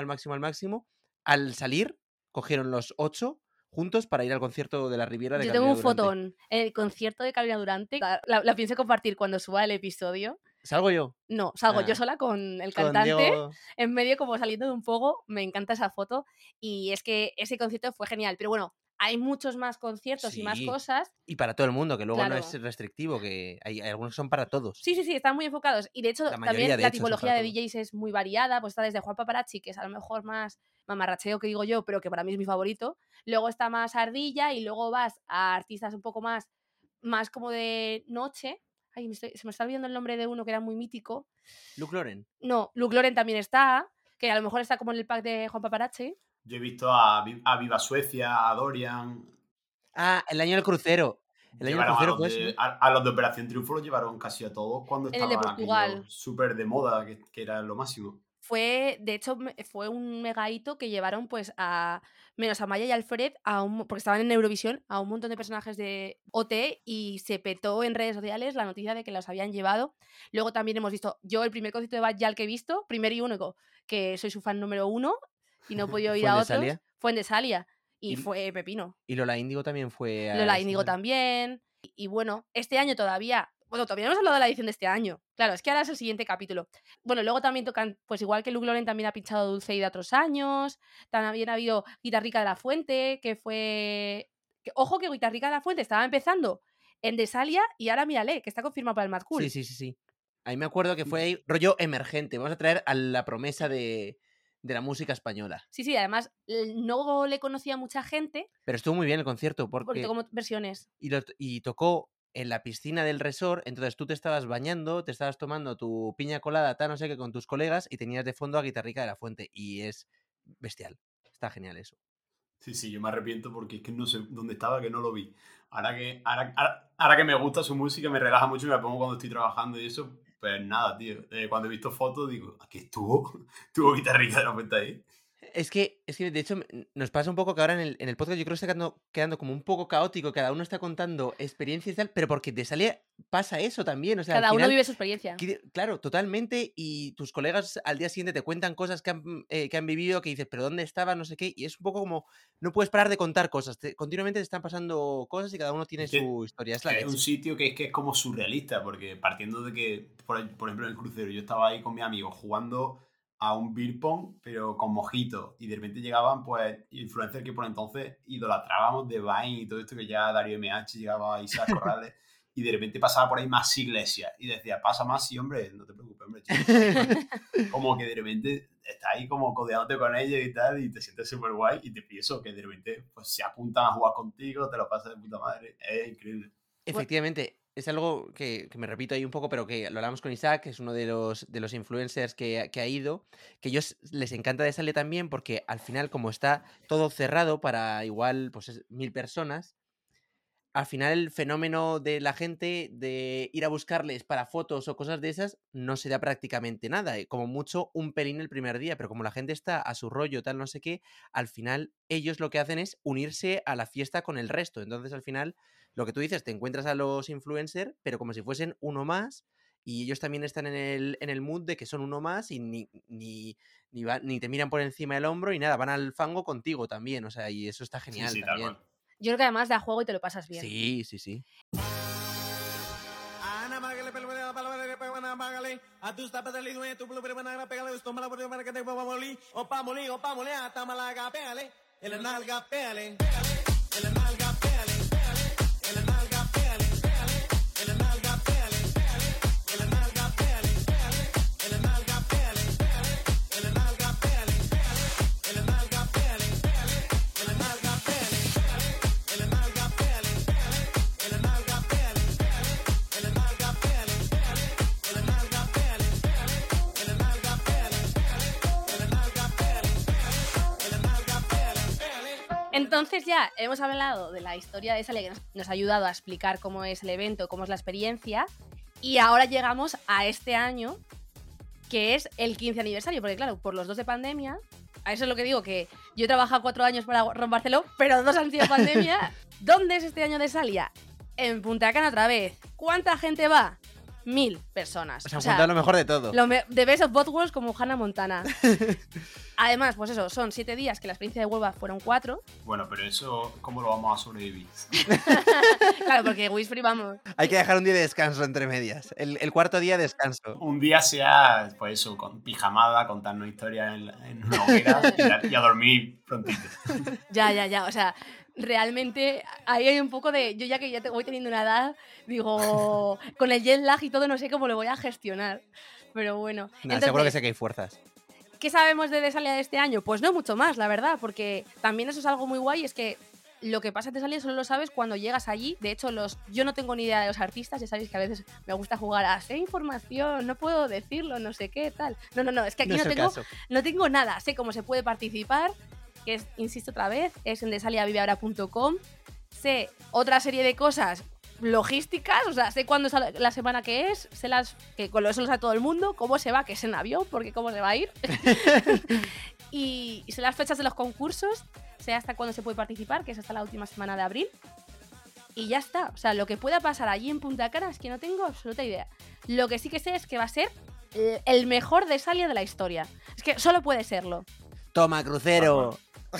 al salir, cogieron los 8 juntos para ir al concierto de la Riviera de Yo Carolina tengo un Durante. fotón en el concierto de Carolina Durante. La pienso compartir cuando suba el episodio. ¿Salgo yo? No, salgo yo sola con el Con cantante Diego... en medio como saliendo de un fuego. Me encanta esa foto y es que ese concierto fue genial. Pero bueno, hay muchos más conciertos y más Sí. cosas. Y para todo el mundo, que luego no Claro. es restrictivo, que hay algunos que son para todos. Sí, están muy enfocados. Y de hecho, La mayoría, también de la hecho, son tipología para de todos. DJs es muy variada. Pues está desde Juan Paparazzi, que es a lo mejor más mamarracheo que digo yo, pero que para mí es mi favorito. Luego está más Ardilla y luego vas a artistas un poco más como de noche. Ay, se me está olvidando el nombre de uno que era muy mítico. Luke Loren. No, Luke Loren también está, que a lo mejor está como en el pack de Juan Paparazzi. Yo he visto a Viva Suecia, a Dorian. Ah, el año del crucero. El año del Llevaron crucero a fue los, ese, de, ¿no? a los de Operación Triunfo los llevaron casi a todos cuando En el de estaban Portugal. aquellos súper de moda, que era lo máximo. De hecho, fue un mega hito que llevaron pues menos a Maya y Alfred, porque estaban en Eurovisión, a un montón de personajes de OT y se petó en redes sociales la noticia de que los habían llevado. Luego también hemos visto, yo el primer concierto de Bad Gyal que he visto, primer y único, que soy su fan número 1 y no he podido ir ¿Fue a en otros, Desalia? fue en Desalia y Y- fue pepino. Y Lola Índigo también fue a Lola ese Índigo festival. también. Y bueno, este año todavía... Bueno, todavía no hemos hablado de la edición de este año. Claro, es que ahora es el siguiente capítulo. Bueno, luego también tocan, pues igual que Luke Loren también ha pinchado Dulceida otros años. También ha habido Guitarrica de la Fuente, que fue... Ojo que Guitarrica de la Fuente estaba empezando en Desalia y ahora mírale, que está confirmado para el Mad Cool. Sí. Ahí me acuerdo que fue ahí rollo emergente. Vamos a traer a la promesa de la música española. Sí, además no le conocía mucha gente Pero estuvo muy bien el concierto porque tocó versiones. y tocó en la piscina del resort, entonces tú te estabas bañando, te estabas tomando tu piña colada, tal, no sé qué, con tus colegas y tenías de fondo a Guitarrica de la Fuente y es bestial. Está genial eso. Sí, yo me arrepiento porque es que no sé dónde estaba, que no lo vi. Ahora que me gusta su música, me relaja mucho y me la pongo cuando estoy trabajando y eso, pues nada, tío. Cuando he visto fotos digo, ¿aquí estuvo Guitarrica de la Fuente ahí? Es que de hecho nos pasa un poco que ahora en el podcast yo creo que está quedando como un poco caótico, cada uno está contando experiencias y tal, pero porque de Desalia pasa eso también, o sea, Cada al final, uno vive su experiencia. Claro, totalmente, y tus colegas al día siguiente te cuentan cosas que han vivido, que dices, pero ¿dónde estaban? No sé qué, y es un poco como, no puedes parar de contar cosas, continuamente te están pasando cosas y cada uno tiene su historia, es la leche. Es un sitio que es como surrealista, porque partiendo de que, por ejemplo, en el crucero, yo estaba ahí con mis amigos jugando a un beer pong, pero con mojitos, y de repente llegaban, pues, influencers que por entonces idolatrábamos de Vine y todo esto, que ya Darío MH llegaba a Isaac Corrales, y de repente pasaba por ahí más Iglesias, y decía, pasa más, sí, hombre, no te preocupes, hombre, chico. Como que de repente estás ahí como codeándote con ellos y tal, y te sientes súper guay, y te pienso que de repente, pues, se apuntan a jugar contigo, te lo pasas de puta madre, es increíble. Efectivamente, es algo que me repito ahí un poco, pero que lo hablamos con Isaac, que es uno de los influencers que ha ido, que a ellos les encanta Desalia también porque al final, como está todo cerrado para igual pues 1000 personas, al final el fenómeno de la gente de ir a buscarles para fotos o cosas de esas no se da prácticamente nada, como mucho un pelín el primer día, pero como la gente está a su rollo, tal, no sé qué, al final ellos lo que hacen es unirse a la fiesta con el resto, entonces al final lo que tú dices, te encuentras a los influencers, pero como si fuesen uno más, y ellos también están en el mood de que son uno más y ni te miran por encima del hombro y nada, van al fango contigo también, o sea, y eso está genial Sí, también. tal cual. Yo creo que además da juego y te lo pasas bien. Sí. Entonces ya hemos hablado de la historia de Desalia, que nos ha ayudado a explicar cómo es el evento, cómo es la experiencia, y ahora llegamos a este año, que es el 15 aniversario, porque claro, por los 2 de pandemia, a eso es lo que digo, que yo he trabajado 4 años para Ron Barceló, pero 2 han sido pandemia. ¿Dónde es este año Desalia? En Punta Cana otra vez. ¿Cuánta gente va? 1000 personas. O sea, juntado lo mejor de todo. The best of both worlds, como Hannah Montana. Además, pues eso, son 7 días, que la experiencia de Huelva fueron 4. Bueno, pero eso, ¿cómo lo vamos a sobrevivir? Claro, porque Wisfree, vamos. Hay que dejar un día de descanso entre medias. El cuarto día de descanso. Un día sea, pues eso, con pijamada, contarnos historias en una hoguera y a dormir prontito. Ya, o sea, realmente ahí hay un poco de... Yo ya que voy teniendo una edad, digo, con el jet lag y todo no sé cómo lo voy a gestionar. Pero bueno. Entonces, seguro que sé que hay fuerzas. ¿Qué sabemos de Desalia de este año? Pues no mucho más, la verdad, porque también eso es algo muy guay, es que lo que pasa en Desalia solo lo sabes cuando llegas allí. De hecho, yo no tengo ni idea de los artistas, ya sabéis que a veces me gusta jugar a sé información, no puedo decirlo, no sé qué, tal. No, es que aquí no tengo nada, sé cómo se puede participar, que es, insisto otra vez, es en desaliaviveahora.com. Sé otra serie de cosas logísticas, o sea, sé cuándo es la semana que es, sé que con eso lo sabe todo el mundo, cómo se va, que es en avión, porque cómo se va a ir. y sé las fechas de los concursos, sé hasta cuándo se puede participar, que es hasta la última semana de abril. Y ya está, o sea, lo que pueda pasar allí en Punta Cana es que no tengo absoluta idea. Lo que sí que sé es que va a ser el mejor Desalia de la historia. Es que solo puede serlo. ¡Toma, crucero!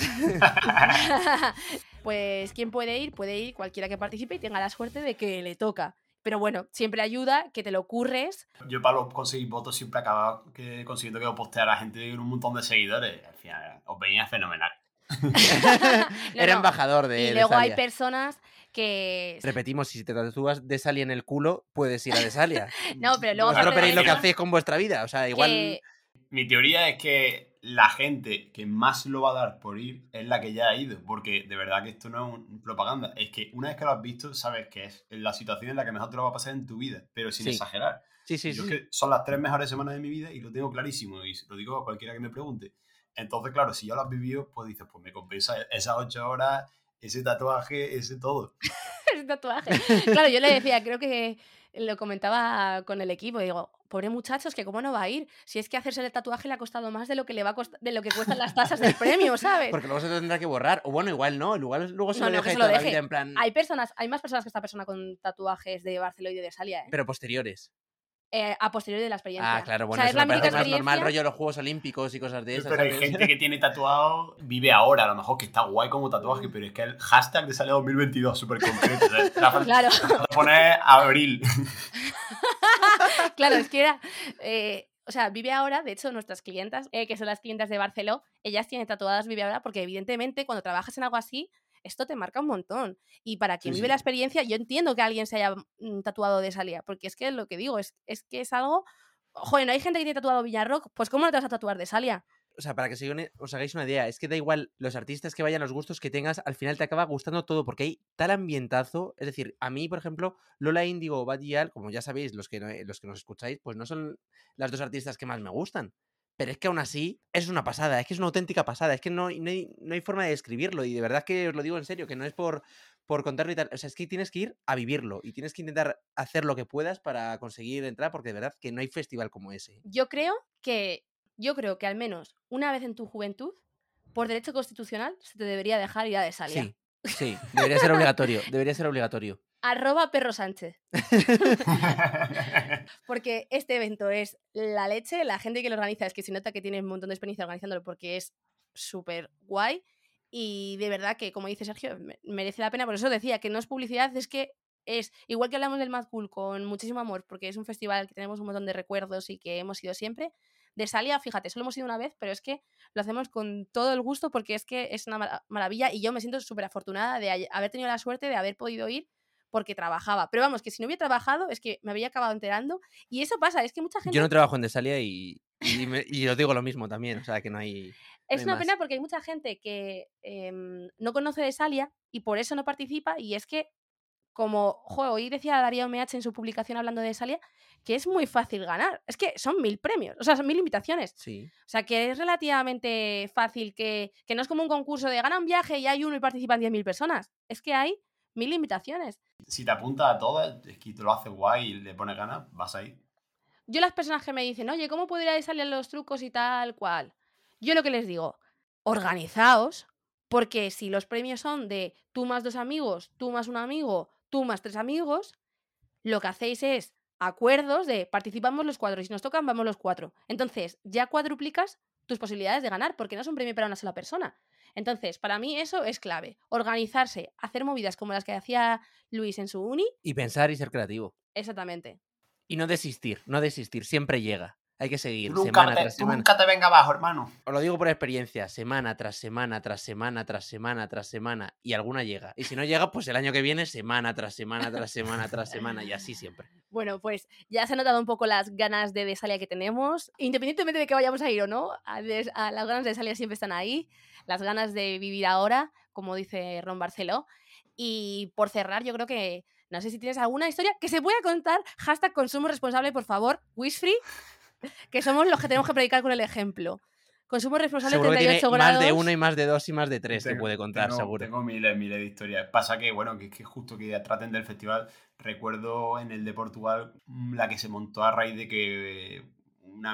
Pues ¿quién puede ir? Puede ir cualquiera que participe y tenga la suerte de que le toca. Pero bueno, siempre ayuda que te lo curres. Yo para conseguir votos siempre acababa consiguiendo que os posteara gente con un montón de seguidores. Al final os venía fenomenal. Era embajador de Y luego Desalia. hay personas que... Repetimos, si te tatúas Desalia en el culo, puedes ir a Desalia. No, pero luego... No estropeéis lo que decimos hacéis con vuestra vida. O sea, igual... que- Mi teoría es que la gente que más lo va a dar por ir es la que ya ha ido, porque de verdad que esto no es propaganda. Es que una vez que lo has visto, sabes que es la situación en la que mejor te lo va a pasar en tu vida, pero sin Sí. exagerar. Sí, sí, Yo sí. es que son las 3 mejores semanas de mi vida y lo tengo clarísimo y se lo digo a cualquiera que me pregunte. Entonces, claro, si ya lo has vivido, pues dices, pues me compensa esas 8 horas, ese tatuaje, ese todo. ese tatuaje. Claro, yo le decía, creo que lo comentaba con el equipo, digo, pobre muchachos, que cómo no va a ir, si es que hacerse el tatuaje le ha costado más de lo que le va a costar, de lo que cuestan las tasas del premio, ¿sabes? Porque luego se tendrá que borrar. O bueno, igual no. Igual luego se No, lo no, deja que ahí se lo toda la deje. vida en plan... Hay más personas que esta persona con tatuajes de Barcelona y de Desalia, ¿eh? Pero posteriores. A posteriori de la experiencia. Ah, claro, bueno, o sea, eso es la me parece mítica más normal, experiencia. rollo los Juegos Olímpicos y cosas de esas, Pero hay ¿sabes? gente que tiene tatuado, vive ahora, a lo mejor que está guay como tatuaje, pero es que el hashtag de sale 2022 súper concreto. Claro. Poner abril. Claro, es que era... o sea, Vive Ahora, de hecho, nuestras clientas, que son las clientas de Barceló, ellas tienen tatuadas Vive Ahora porque evidentemente cuando trabajas en algo así, esto te marca un montón. Y para quien Sí, vive sí. la experiencia, yo entiendo que alguien se haya tatuado Desalia, porque es que lo que digo es que es algo... Joder, ¿no hay gente que tiene tatuado Villarrock? Pues ¿cómo no te vas a tatuar Desalia? O sea, para que os hagáis una idea, es que da igual los artistas que vayan, los gustos que tengas, al final te acaba gustando todo, porque hay tal ambientazo. Es decir, a mí, por ejemplo, Lola Índigo o Bad Gyal, como ya sabéis, los que nos escucháis, pues no son las dos artistas que más me gustan. Pero es que aún así es una pasada, es que es una auténtica pasada, es que no hay forma de describirlo, y de verdad que os lo digo en serio, que no es por contarlo y tal. O sea, es que tienes que ir a vivirlo y tienes que intentar hacer lo que puedas para conseguir entrar, porque de verdad que no hay festival como ese. Yo creo que al menos una vez en tu juventud, por derecho constitucional, se te debería dejar ir a Desalia. Sí, sí, debería ser obligatorio, debería ser obligatorio. @Perro Sánchez. Porque este evento es la leche, la gente que lo organiza es que se nota que tiene un montón de experiencia organizándolo porque es súper guay y de verdad que, como dice Sergio, merece la pena. Por eso decía que no es publicidad, es que es igual que hablamos del Mad Cool con muchísimo amor porque es un festival que tenemos un montón de recuerdos y que hemos ido siempre. Desalia, fíjate, solo hemos ido una vez, pero es que lo hacemos con todo el gusto porque es que es una maravilla y yo me siento súper afortunada de haber tenido la suerte de haber podido ir porque trabajaba. Pero vamos, que si no hubiera trabajado es que me había acabado enterando. Y eso pasa, es que mucha gente... Yo no trabajo en Desalia y os digo lo mismo también, o sea, que no hay... Es hay una más. pena porque hay mucha gente que no conoce Desalia y por eso no participa. Y es que, como hoy decía Darío MH en su publicación hablando de Desalia, que es muy fácil ganar. Es que son 1000 premios, o sea, son 1000 invitaciones. Sí. O sea, que es relativamente fácil, que no es como un concurso de gana un viaje y hay uno y participan 10.000 personas. Es que hay 1000 invitaciones. Si te apuntas a todas, es que te lo haces guay y le pones ganas, vas a ir. Yo las personas que me dicen, oye, ¿cómo puedo ir a Desalia los trucos y tal cual? Yo lo que les digo, organizaos, porque si los premios son de tú más 2 amigos, tú más un amigo, tú más 3 amigos, lo que hacéis es acuerdos de participamos los 4 y si nos tocan vamos los 4. Entonces ya cuadruplicas tus posibilidades de ganar porque no es un premio para una sola persona. Entonces, para mí eso es clave. Organizarse, hacer movidas como las que hacía Luis en su uni. Y pensar y ser creativo. Exactamente. Y no desistir, siempre llega. Hay que seguir, Tú semana tras semana. nunca te venga abajo, hermano. Os lo digo por experiencia, semana tras semana, tras semana, tras semana, tras semana, y alguna llega. Y si no llega, pues el año que viene, semana tras semana, tras semana, tras semana, y así siempre. Bueno, pues ya se han notado un poco las ganas de Desalia que tenemos, independientemente de que vayamos a ir o no, las ganas de Desalia siempre están ahí, las ganas de vivir ahora, como dice Ron Barceló. Y por cerrar, yo creo que, no sé si tienes alguna historia que se pueda contar, #consumo responsable, por favor, Wishfree, que somos los que tenemos que predicar con el ejemplo. Consumo responsable, Seguro que 38 tiene grados. más de 1 y más de 2 y más de 3 que puede contar, seguro. Tengo miles de historias. Pasa que, bueno, que es que justo que traten del festival, recuerdo en el de Portugal la que se montó a raíz de que un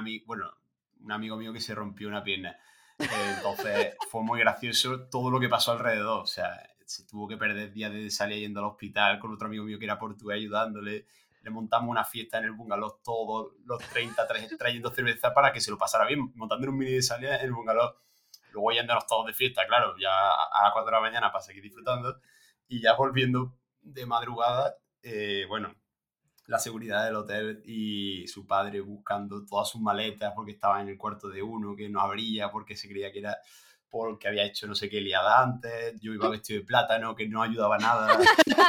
amigo mío que se rompió una pierna. Entonces fue muy gracioso todo lo que pasó alrededor. O sea, se tuvo que perder días de salir yendo al hospital con otro amigo mío que era portugués ayudándole. Le montamos una fiesta en el bungalow todos los 30 trayendo cerveza para que se lo pasara bien, montando un mini de salida en el bungalow. Luego yéndonos todos de fiesta, claro, ya a las 4 de la mañana para seguir disfrutando. Y ya volviendo de madrugada, bueno, la seguridad del hotel y su padre buscando todas sus maletas porque estaba en el cuarto de uno, que no abría porque se creía que era... porque había hecho no sé qué liada antes, yo iba vestido de plátano, que no ayudaba nada.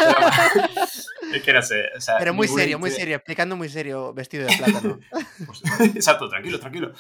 Es que no sé. O sea, Pero muy ninguna serio, explicando muy serio, vestido de plátano. Pues, exacto, tranquilo.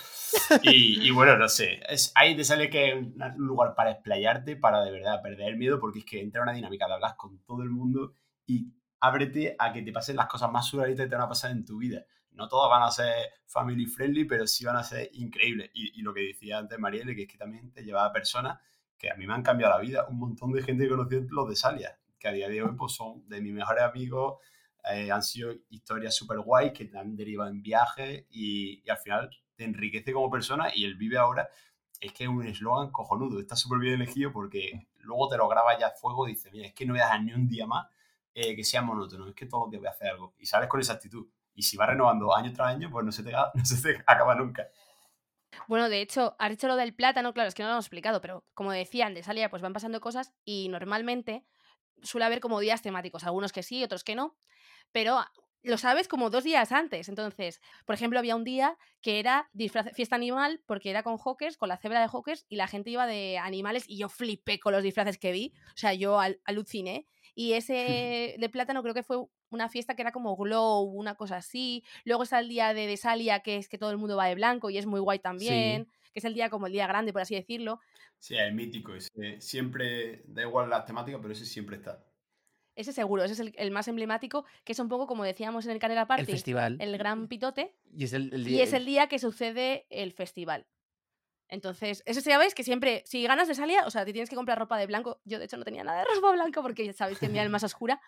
Y bueno, no sé. Ahí te sale que es un lugar para explayarte, para de verdad perder el miedo, porque es que entra una dinámica de hablar con todo el mundo y ábrete a que te pasen las cosas más surrealistas que te van a pasar en tu vida. No todas van a ser family friendly, pero sí van a ser increíbles. Y lo que decía antes Marielle, que es que también te lleva a personas que a mí me han cambiado la vida. Un montón de gente que conocí en los de Salia, que a día de hoy pues, son de mis mejores amigos. Han sido historias súper guays que te han derivado en viajes y al final te enriquece como persona. Y el Vive Ahora es que es un eslogan cojonudo, está súper bien elegido porque luego te lo grabas ya a fuego y dices, mira, es que no voy a dejar ni un día más que sea monótono, es que todos los días voy a hacer algo y sales con esa actitud. Y si vas renovando año tras año, pues no se te acaba nunca. Bueno, de hecho, has dicho lo del plátano, claro, es que no lo hemos explicado, pero como decían, de Salia pues van pasando cosas y normalmente suele haber como días temáticos, algunos que sí, otros que no, pero lo sabes como 2 días antes. Entonces, por ejemplo, había un día que era fiesta animal porque era con Hawkers, con la cebra de Hawkers, y la gente iba de animales y yo flipé con los disfraces que vi, o sea, yo aluciné. Y ese de plátano creo que fue una fiesta que era como glow, una cosa así. Luego está el día de Salia, que es que todo el mundo va de blanco y es muy guay también, que es el día como el día grande, por así decirlo. Sí, es mítico, siempre, da igual las temáticas, pero ese siempre está. Ese seguro, ese es el más emblemático, que es un poco como decíamos en el Canela Party, El festival. el gran pitote, Y es el y es el día que sucede el festival. Entonces, eso ya veis que siempre, si ganas de Salia, o sea, te tienes que comprar ropa de blanco. Yo, de hecho, no tenía nada de ropa blanca porque ya sabéis que mi alma es oscura.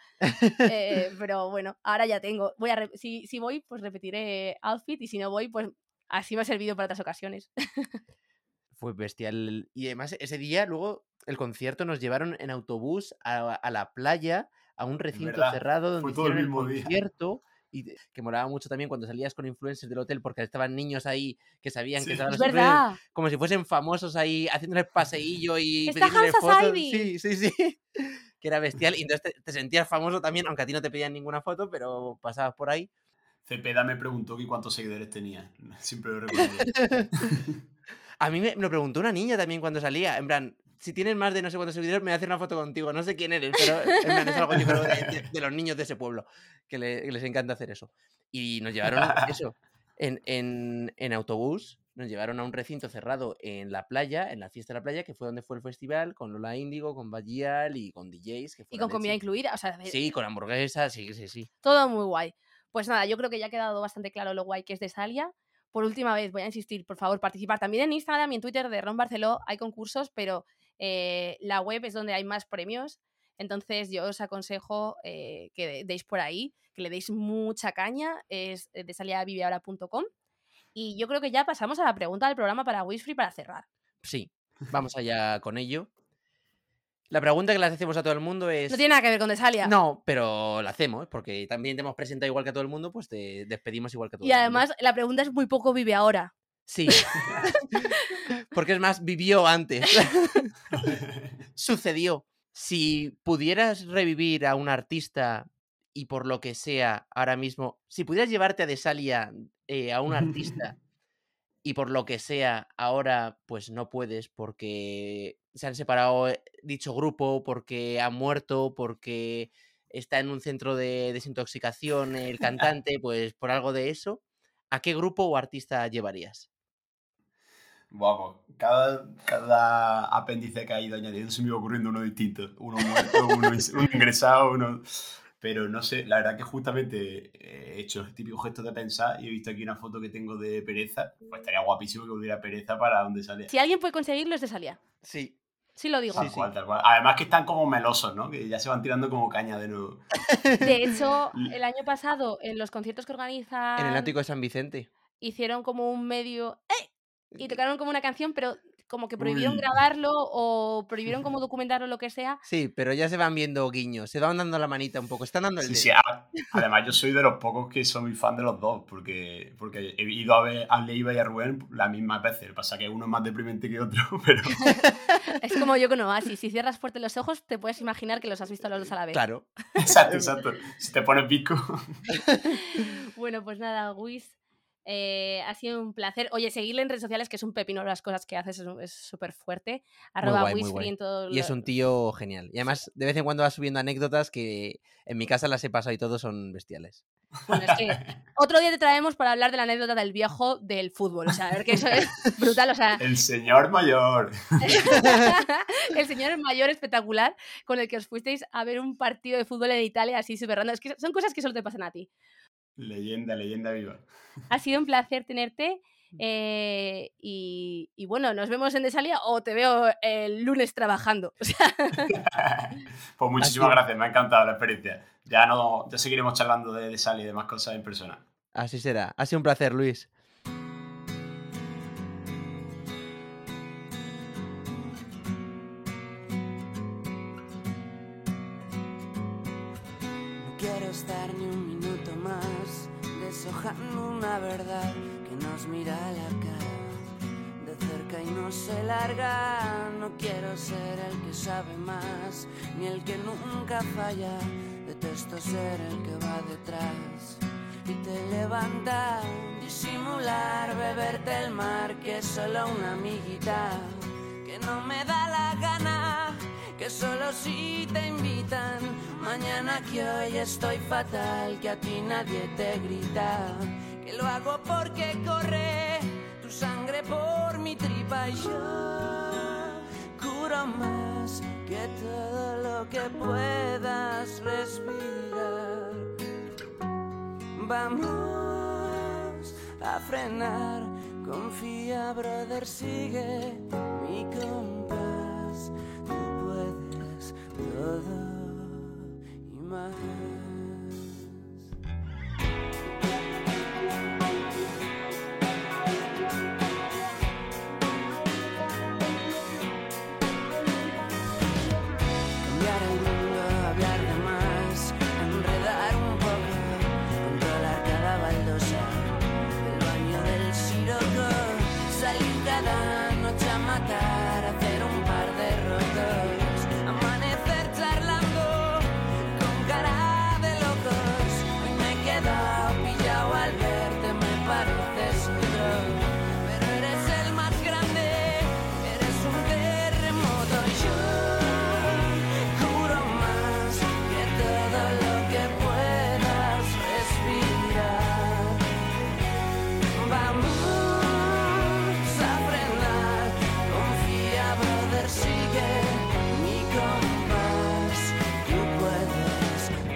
Pero bueno, ahora ya tengo. Si voy, pues repetiré outfit, y si no voy, pues así me ha servido para otras ocasiones. Fue bestial. Y además, ese día, luego, el concierto nos llevaron en autobús a la playa, a un recinto cerrado donde hicieron el concierto. Y que molaba mucho también cuando salías con influencers del hotel porque estaban niños ahí que sabían que estaban es verdad. como si fuesen famosos ahí haciéndoles paseillo y ¡Está pidiéndoles Hansa fotos. Saidi! Sí. Que era bestial. Y entonces te sentías famoso también, aunque a ti no te pedían ninguna foto, pero pasabas por ahí. Cepeda me preguntó que cuántos seguidores tenía. Siempre lo recuerdo. A mí me lo preguntó una niña también cuando salía. En plan, si tienes más de no sé cuántos seguidores, me voy a hacer una foto contigo. No sé quién eres, pero en plan, es algo yo creo de los niños de ese pueblo, que les encanta hacer eso. Y nos llevaron eso en autobús, nos llevaron a un recinto cerrado en la playa, en la fiesta de la playa, que fue donde fue el festival, con Lola Índigo, con Bagial y con DJs. Que y con comida incluida, o sea... Sí, con hamburguesas, sí. Todo muy guay. Pues nada, yo creo que ya ha quedado bastante claro lo guay que es de Salia. Por última vez, voy a insistir, por favor, participar. También en Instagram y en Twitter de Ron Barceló hay concursos, pero la web es donde hay más premios. Entonces yo os aconsejo que deis por ahí, que le deis mucha caña. Es de saliaviveahora.com. Y yo creo que ya pasamos a la pregunta del programa para Wishfree para cerrar. Sí, vamos allá con ello. La pregunta que le hacemos a todo el mundo es... No tiene nada que ver con Desalia. No, pero la hacemos, porque también te hemos presentado igual que a todo el mundo, pues te despedimos igual que a todo el mundo. Y además, la pregunta es muy poco Vive Ahora. Sí. Porque es más, vivió antes. Sucedió. Si pudieras revivir a un artista y por lo que sea, ahora mismo, si pudieras llevarte a Desalia a un artista y por lo que sea, ahora pues no puedes porque se han separado dicho grupo, porque ha muerto, porque está en un centro de desintoxicación el cantante, pues por algo de eso, ¿a qué grupo o artista llevarías? Bueno, cada apéndice que ha ido añadiendo se me iba ocurriendo uno distinto. Uno muerto, uno ingresado, uno... Pero no sé, la verdad que justamente he hecho el típico gesto de pensar y he visto aquí una foto que tengo de Pereza. Pues estaría guapísimo que volviera Pereza para donde salía. Si alguien puede conseguirlo es Desalia. Sí. Sí lo digo. Tal cual. Además que están como melosos, ¿no? Que ya se van tirando como caña de nuevo. De hecho, el año pasado, en los conciertos que organizan... En el ático de San Vicente. Hicieron como un medio... Y tocaron como una canción, pero como que prohibieron grabarlo o prohibieron como documentarlo o lo que sea. Sí, pero ya se van viendo guiños, se van dando la manita un poco, están dando el dedo. Sí, además yo soy de los pocos que soy muy fan de los dos, porque he ido a ver a Leiva y a Rubén las mismas veces. Lo que pasa es que uno es más deprimente que otro, pero... Es como yo con Oasis, si cierras fuerte los ojos te puedes imaginar que los has visto los dos a la vez. Claro. Exacto. Si te pones pico. Bueno, pues nada, Wiz, Ha sido un placer. Oye, seguirle en redes sociales, que es un pepino las cosas que haces, es súper fuerte. Muy guay, muy @Wisfree guay. en todo Y es un tío genial. Y además, de vez en cuando va subiendo anécdotas que en mi casa las he pasado y todos son bestiales. Bueno, es que otro día te traemos para hablar de la anécdota del viejo del fútbol. O sea, a ver que eso es brutal. O sea, El señor mayor. el señor mayor espectacular con el que os fuisteis a ver un partido de fútbol en Italia así súper random. Es que son cosas que solo te pasan a ti. Leyenda viva. Ha sido un placer tenerte. Y bueno, nos vemos en Desalia o te veo el lunes trabajando. O sea, Pues muchísimas gracias, me ha encantado la experiencia. Ya seguiremos charlando de Sal y demás cosas en persona. Así será. Ha sido un placer, Luis. No quiero estar ni un minuto más deshojando una verdad que nos mira a la cara de cerca y no se larga. No quiero ser el que sabe más ni el que nunca falla. Detesto ser el que va detrás y te levanta. Disimular, beberte el mar, que es solo una amiguita, que no me da la gana, que solo si te invitan. Mañana que hoy estoy fatal, que a ti nadie te grita, que lo hago porque corre tu sangre por mi tripa y yo curo más que todo lo que puedas respirar. Vamos a frenar, confía, brother, sigue mi compás. Tú puedes todo y más. Cambiar el mundo, hablar de más, enredar un poco, controlar cada baldosa, el baño del siroco, salir cada noche a matar, hacer un par de rotos, amanecer charlando con cara de locos. Hoy me he quedado pillado al verte, me pareces otro, pero eres el más grande, eres un terremoto y yo curo más que todo lo que puedas respirar. Vamos a frenar, confía, brother, sigue mi compás. Tú puedes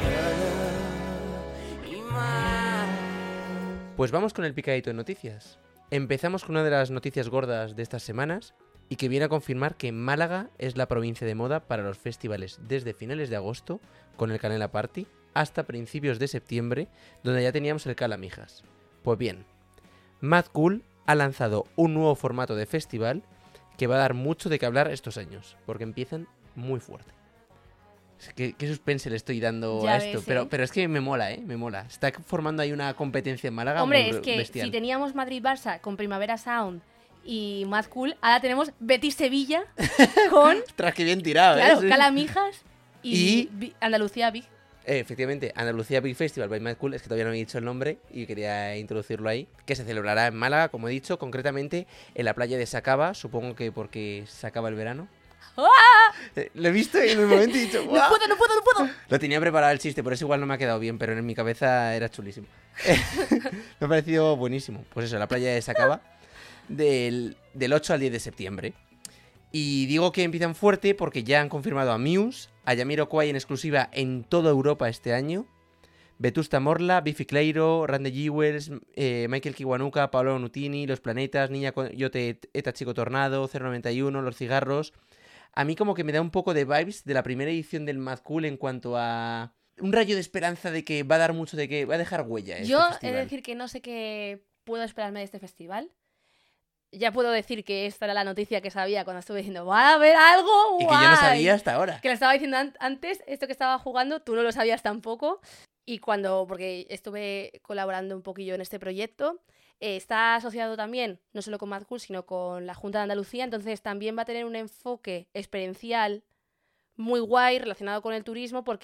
todo y más. Pues vamos con el picadito de noticias. Empezamos con una de las noticias gordas de estas semanas y que viene a confirmar que Málaga es la provincia de moda para los festivales desde finales de agosto con el Canela Party hasta principios de septiembre, donde ya teníamos el Calamijas. Pues bien, Mad Cool ha lanzado un nuevo formato de festival que va a dar mucho de qué hablar estos años, porque empiezan muy fuerte. ¿Qué suspense le estoy dando Ya a esto? ves, Pero es que me mola, me mola. Está formando ahí una competencia en Málaga hombre, muy es que bestial. si teníamos Madrid-Barça con Primavera Sound y Mad Cool, ahora tenemos Betis-Sevilla con, Ostras, qué bien tirado, claro, Sí. Calamijas Y- Andalucía Big. Efectivamente, Andalucía Big Festival by Mad Cool, es que todavía no he dicho el nombre y quería introducirlo ahí, que se celebrará en Málaga, como he dicho, concretamente en la playa de Sacaba, supongo que porque se acaba el verano. ¡Ah! Lo he visto y en un momento he dicho ¡No ¡guau! puedo, no puedo, no puedo! Lo tenía preparado el chiste, por eso igual no me ha quedado bien, pero en mi cabeza era chulísimo. Me ha parecido buenísimo. Pues eso, la playa de Sacaba, del 8 al 10 de septiembre. Y digo que empiezan fuerte porque ya han confirmado a Muse, a Jamiroquai en exclusiva en toda Europa este año, Vetusta Morla, Biffy Clyro, Randy Jewels, Michael Kiwanuka, Paolo Nutini, Los Planetas, Niña Coyote, Eta Chico Tornado, 091, Los Cigarros. A mí como que me da un poco de vibes de la primera edición del Mad Cool en cuanto a un rayo de esperanza de que va a dar mucho de que va a dejar huella. Yo este he festival. de decir que no sé qué puedo esperarme de este festival. Ya puedo decir que esta era la noticia que sabía cuando estuve diciendo, va a haber algo Y guay. que yo no sabía hasta ahora. Que lo estaba diciendo antes, esto que estaba jugando, tú no lo sabías tampoco. Y porque estuve colaborando un poquillo en este proyecto, está asociado también, no solo con Mad Cool, sino con la Junta de Andalucía, entonces también va a tener un enfoque experiencial muy guay relacionado con el turismo, porque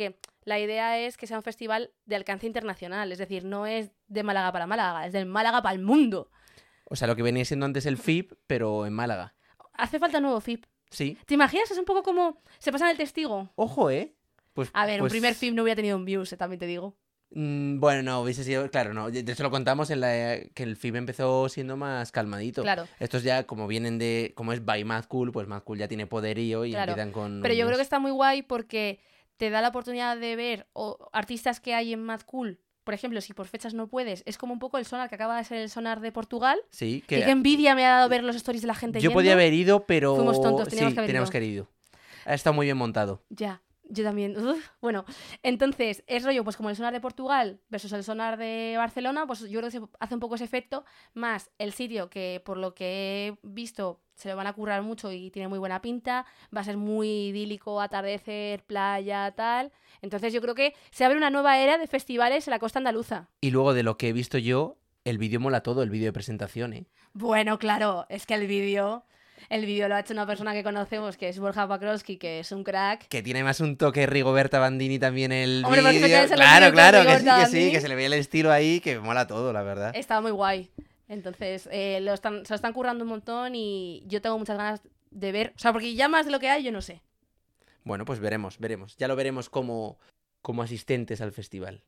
la idea es que sea un festival de alcance internacional, es decir, no es de Málaga para Málaga, es del Málaga para el mundo. O sea, lo que venía siendo antes el FIP, pero en Málaga. Hace falta un nuevo FIP. Sí. ¿Te imaginas? Es un poco como se pasa en El Testigo. Ojo, ¿eh? Pues, A ver, un pues- primer FIP no hubiera tenido un views, también te digo. Bueno, no, hubiese sido... Claro, no. De hecho, lo contamos que el FIP empezó siendo más calmadito. Claro. Estos ya, como vienen de... Como es by Mad Cool, pues Mad Cool ya tiene poderío y Claro. empiezan con... Pero yo creo unos- que está muy guay porque te da la oportunidad de ver artistas que hay en Mad Cool. Por ejemplo, si por fechas no puedes, es como un poco el sonar que acaba de ser el sonar de Portugal. Sí, Que qué envidia me ha dado ver los stories de la gente Yo yendo. podía haber ido, pero... Fuimos tontos, teníamos sí, que haber teníamos ido. que haber ido. Ha estado muy bien montado. Ya, yo también. Uf. Bueno, entonces, es rollo, pues como el sonar de Portugal versus el sonar de Barcelona, pues yo creo que se hace un poco ese efecto, más el sitio que por lo que he visto se lo van a currar mucho y tiene muy buena pinta, va a ser muy idílico, atardecer, playa, tal. Entonces yo creo que se abre una nueva era de festivales en la costa andaluza. Y luego, de lo que he visto yo, el vídeo mola todo, el vídeo de presentación, ¿eh? Bueno, claro, es que el vídeo lo ha hecho una persona que conocemos, que es Borja Pakrowski, que es un crack. Que tiene más un toque Rigoberta Bandini también el Hombre, porque se vídeo. cae en los Claro, vídeos claro, con que sí, Rigoberta que sí, Bandini. que se le ve el estilo ahí, que mola todo, la verdad. Estaba muy guay. Entonces, se lo están currando un montón y yo tengo muchas ganas de ver. O sea, porque ya más de lo que hay, yo no sé. Bueno, pues veremos. Ya lo veremos como asistentes al festival.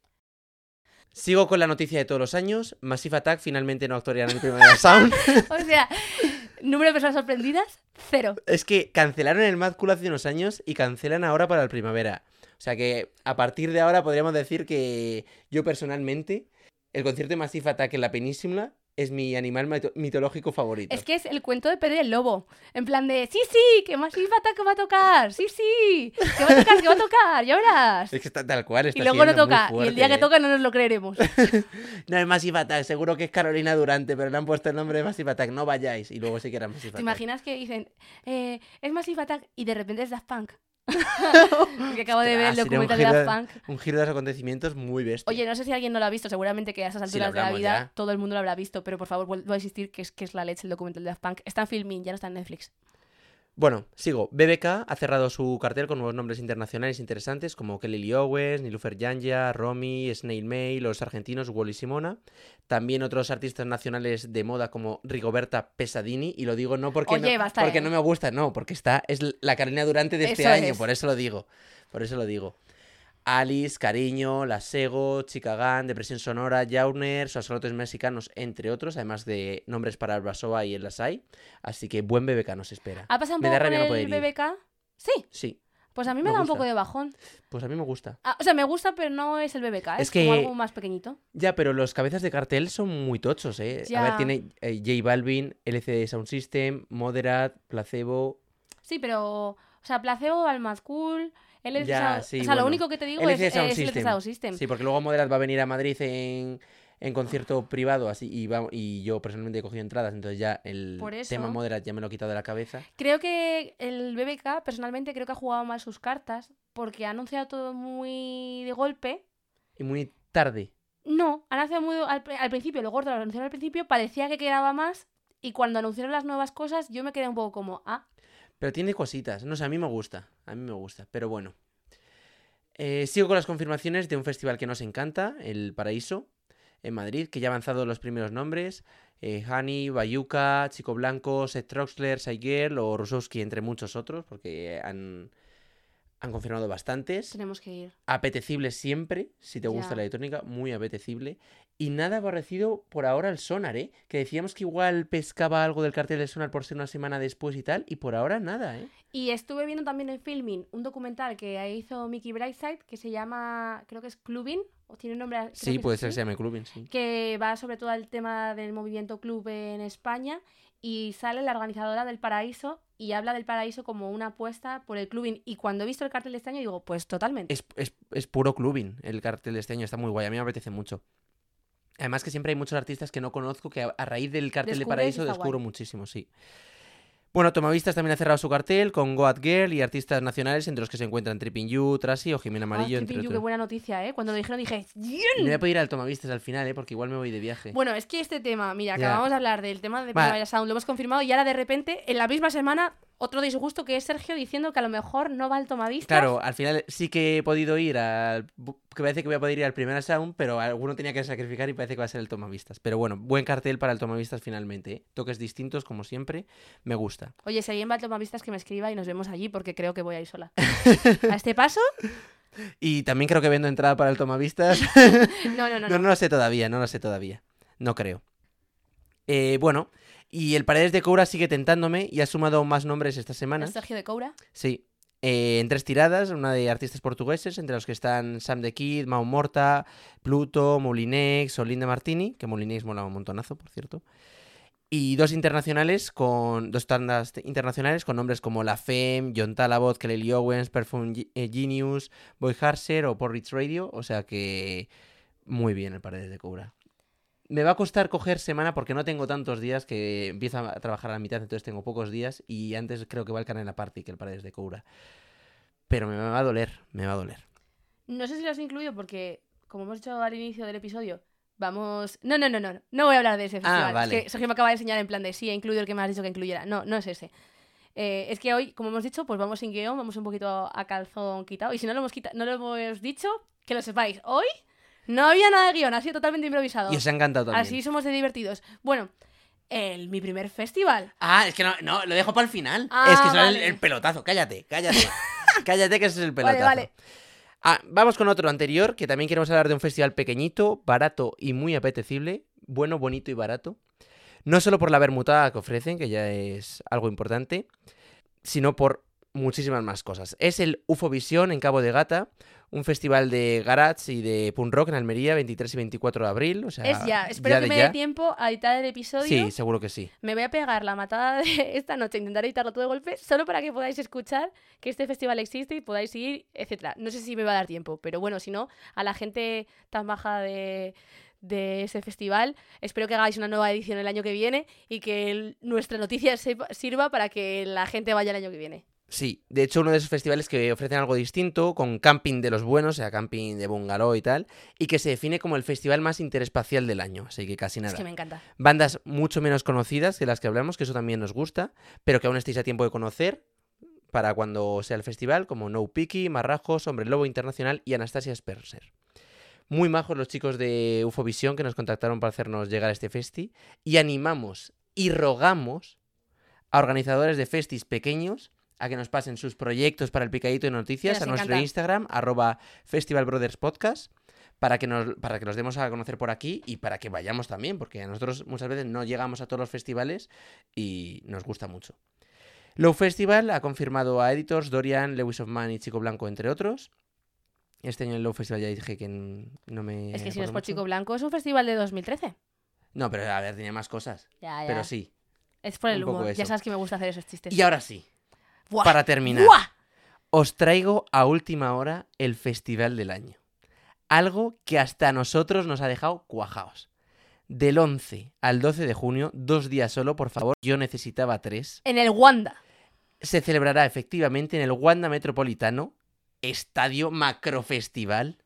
Sigo con la noticia de todos los años. Massive Attack finalmente no actuaría en el Primavera Sound. O sea, número de personas sorprendidas, 0. Es que cancelaron el Mad Cool hace unos años y cancelan ahora para el Primavera. O sea que a partir de ahora podríamos decir que yo personalmente, el concierto de Massive Attack en la península es mi animal mitológico favorito. Es que es el cuento de Pedro y el Lobo. En plan de, sí, que Massive Attack va a tocar. Sí, que va a tocar, ya verás. Es que está tal cual, está Y luego no siendo muy toca. Y el día fuerte, que toca no nos lo creeremos. No es Massive Attack, seguro que es Carolina Durante, pero le han puesto el nombre de Massive Attack, no vayáis. Y luego sí que era Massive ¿Te Attack. imaginas que dicen, es Massive Attack y de repente es Daft Punk? Que acabo de ver el Ostras, sería un documental de giro Daft Punk. Un giro de los acontecimientos muy bestia. Oye, no sé si alguien no lo ha visto, seguramente que a esas Sí, lo alturas de la hablamos vida ya. todo el mundo lo habrá visto, pero por favor vuelvo a insistir que es la leche el documental de Daft Punk. Está en Filmin, ya no está en Netflix. Bueno, sigo. BBK ha cerrado su cartel con nuevos nombres internacionales interesantes como Kelly Lee Owens, Nilufer Yanya, Romy, Snail May, los argentinos Wally Simona. También otros artistas nacionales de moda como Rigoberta Pesadini. Y lo digo no porque, Oye, basta, porque ¿eh? no me gusta, no, porque es la Carolina Durante de este Eso año. es. Por eso lo digo. Alice, Cariño, La Sego, Chicagán, Depresión Sonora, Jauner, Sus Axolotes Mexicanos, entre otros, además de nombres para el Brasoa y el Lasai. Así que buen BBK nos espera. ¿Ha pasado un Me poco da con rabia no el poder ir. BBK? Sí, Sí, pues a mí me Me da un gusta. poco de bajón. pues a mí me gusta. O sea, me gusta, pero no es el BBK, Es es que- como algo más pequeñito. Ya, pero los cabezas de cartel son muy tochos, ¿eh? A Ya. ver, tiene J Balvin, LCD Sound System, Moderat, Placebo... Sí, pero, o sea, Placebo, al Mad Cool, LCD Ya, Sound- sí, o sea, lo bueno. único que te digo LCD es Sound LCD System. Sound System. Sí, porque luego Moderat va a venir a Madrid en concierto privado así y yo personalmente he cogido entradas, entonces ya el Por eso. tema Moderat ya me lo he quitado de la cabeza. Creo que el BBK, personalmente, creo que ha jugado mal sus cartas porque ha anunciado todo muy de golpe. Y muy tarde. No, han anunciado muy al principio, lo gordo lo anunciaron al principio, parecía que quedaba más y cuando anunciaron las nuevas cosas yo me quedé un poco como, Pero tiene cositas, no sé, a mí me gusta, pero bueno. Sigo con las confirmaciones de un festival que nos encanta, El Paraíso, en Madrid, que ya ha avanzado los primeros nombres. Hani, Bayuca, Chico Blanco, Seth Troxler, Saigirl o Rusowski, entre muchos otros, porque han confirmado bastantes. tenemos que ir. Apetecible siempre, si te gusta Ya. la electrónica, muy apetecible. Y nada aborrecido por ahora el Sonar, ¿eh? Que decíamos que igual pescaba algo del cartel del Sonar por ser una semana después y tal, y por ahora nada, ¿eh? Y estuve viendo también en Filmin un documental que hizo Mickey Brightside que se llama, creo que es Clubbing, o tiene un nombre... creo Sí, que puede es ser que así, se llame Clubin, sí. que va sobre todo al tema del movimiento club en España y sale la organizadora del Paraíso y habla del Paraíso como una apuesta por el clubbing. Y cuando he visto el cartel de este año digo, pues totalmente. Es puro clubbing el cartel de este año, está muy guay, a mí me apetece mucho. Además que siempre hay muchos artistas que no conozco que a raíz del cartel de Descubres y Paraíso está descubro guay. muchísimo, sí. Bueno, Tomavistas también ha cerrado su cartel con Goat Girl y artistas nacionales entre los que se encuentran Tripping You, Trasy o Jimena Amarillo, entre Tripping You, qué otros. buena noticia, ¿eh? Cuando lo dijeron dije, Y "Bien". me voy a pedir al Tomavistas al final, porque igual me voy de viaje. Bueno, es que este tema, mira, Ya. acabamos de hablar del tema de Va. Primavera Sound, lo hemos confirmado y ahora de repente, en la misma semana, otro disgusto que es Sergio diciendo que a lo mejor no va al Tomavistas. Claro, al final sí que he podido ir que parece que voy a poder ir al primer Sound, pero alguno tenía que sacrificar y parece que va a ser el Tomavistas. Pero bueno, buen cartel para el Tomavistas finalmente, ¿eh? Toques distintos, como siempre, me gusta. Oye, si alguien va al Tomavistas que me escriba y nos vemos allí porque creo que voy a ir sola. ¿A este paso? Y también creo que vendo entrada para el Tomavistas. No. No lo sé todavía, no creo. Bueno, y el Paredes de Coura sigue tentándome y ha sumado más nombres esta semana. ¿Es Sergio de Coura? Sí. En 3 tiradas, una de artistas portugueses, entre los que están Sam the Kid, Mau Morta, Pluto, Moulinex o Linda Martini, que Moulinex mola un montonazo, por cierto. Y 2 tandas internacionales con nombres como La Femme, John Talabot, Kelly Owens, Perfume Genius, Boy Harser o Porridge Radio. O sea que muy bien el Paredes de Coura. Me va a costar coger semana porque no tengo tantos días, que empiezo a trabajar a la mitad, entonces tengo pocos días y antes creo que va el Canela Party que el Paredes de Coura. Pero me va a doler. No sé si lo has incluido porque, como hemos dicho al inicio del episodio, vamos... No voy a hablar de ese festival. Vale. Es que Sergio me acaba de enseñar en plan de sí, he incluido el que me has dicho que incluyera. No es ese. Es que hoy, como hemos dicho, pues vamos sin guión, vamos un poquito a calzón quitado. Y si no lo hemos dicho, que lo sepáis. Hoy no había nada de guión, ha sido totalmente improvisado. Y os ha encantado también. Así somos de divertidos. Bueno, mi primer festival. Ah, es que no, lo dejo para el final. Ah, es que será vale. el pelotazo. Cállate. Cállate que ese es el pelotazo. Vale. Vamos con otro anterior, que también queremos hablar de un festival pequeñito, barato y muy apetecible. Bueno, bonito y barato. No solo por la bermuda que ofrecen, que ya es algo importante, sino por muchísimas más cosas. Es el UFO Visión en Cabo de Gata, un festival de garage y de punk rock en Almería, 23 y 24 de abril. O sea, Es ya. Espero que me dé tiempo a editar el episodio. Sí, seguro que sí. Me voy a pegar la matada de esta noche, intentar editarlo todo de golpe, solo para que podáis escuchar que este festival existe y podáis ir, etcétera. No sé si me va a dar tiempo, pero bueno, si no, a la gente tan baja de ese festival, espero que hagáis una nueva edición el año que viene y que nuestra noticia sirva para que la gente vaya el año que viene. Sí, de hecho uno de esos festivales que ofrecen algo distinto, con camping de los buenos, o sea, camping de bungalow y tal, y que se define como el festival más interespacial del año, así que casi nada. Es que me encanta. Bandas mucho menos conocidas que las que hablamos, que eso también nos gusta, pero que aún estéis a tiempo de conocer para cuando sea el festival, como No Picky, Marrajos, Hombre Lobo Internacional y Anastasia Spencer. Muy majos los chicos de UFO Visión que nos contactaron para hacernos llegar a este festi, y animamos y rogamos a organizadores de festis pequeños a que nos pasen sus proyectos para el picadito de noticias a nuestro Instagram, @festivalbrotherspodcast, para que los demos a conocer por aquí y para que vayamos también, porque a nosotros muchas veces no llegamos a todos los festivales y nos gusta mucho. Low Festival ha confirmado a Editors, Dorian, Lewis of Man y Chico Blanco, entre otros. Este año el Low Festival ya dije que no me... Es que si no es por mucho. Chico Blanco, es un festival de 2013. No, pero a ver, tenía más cosas. Ya. Pero sí. Es por el un poco humor. eso. Ya sabes que me gusta hacer esos chistes. Y ahora sí. ¡Buah! Para terminar, ¡Buah! os traigo a última hora el festival del año. Algo que hasta a nosotros nos ha dejado cuajaos. Del 11 al 12 de junio, 2 días solo, por favor, yo necesitaba 3. En el Wanda. Se celebrará efectivamente en el Wanda Metropolitano, Estadio Macrofestival,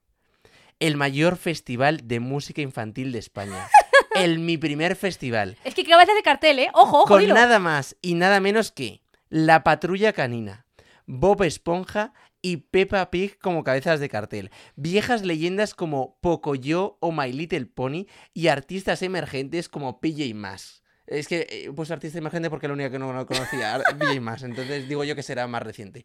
el mayor festival de música infantil de España. Mi primer festival. Es que cabeza de cartel, ¿eh? Ojo, Con dilo. nada más y nada menos que La Patrulla Canina, Bob Esponja y Peppa Pig como cabezas de cartel. Viejas leyendas como Pocoyo o My Little Pony y artistas emergentes como PJ Masks. Es que he puesto artista emergente porque es la única que no conocía, PJ Masks. Entonces digo yo que será más reciente.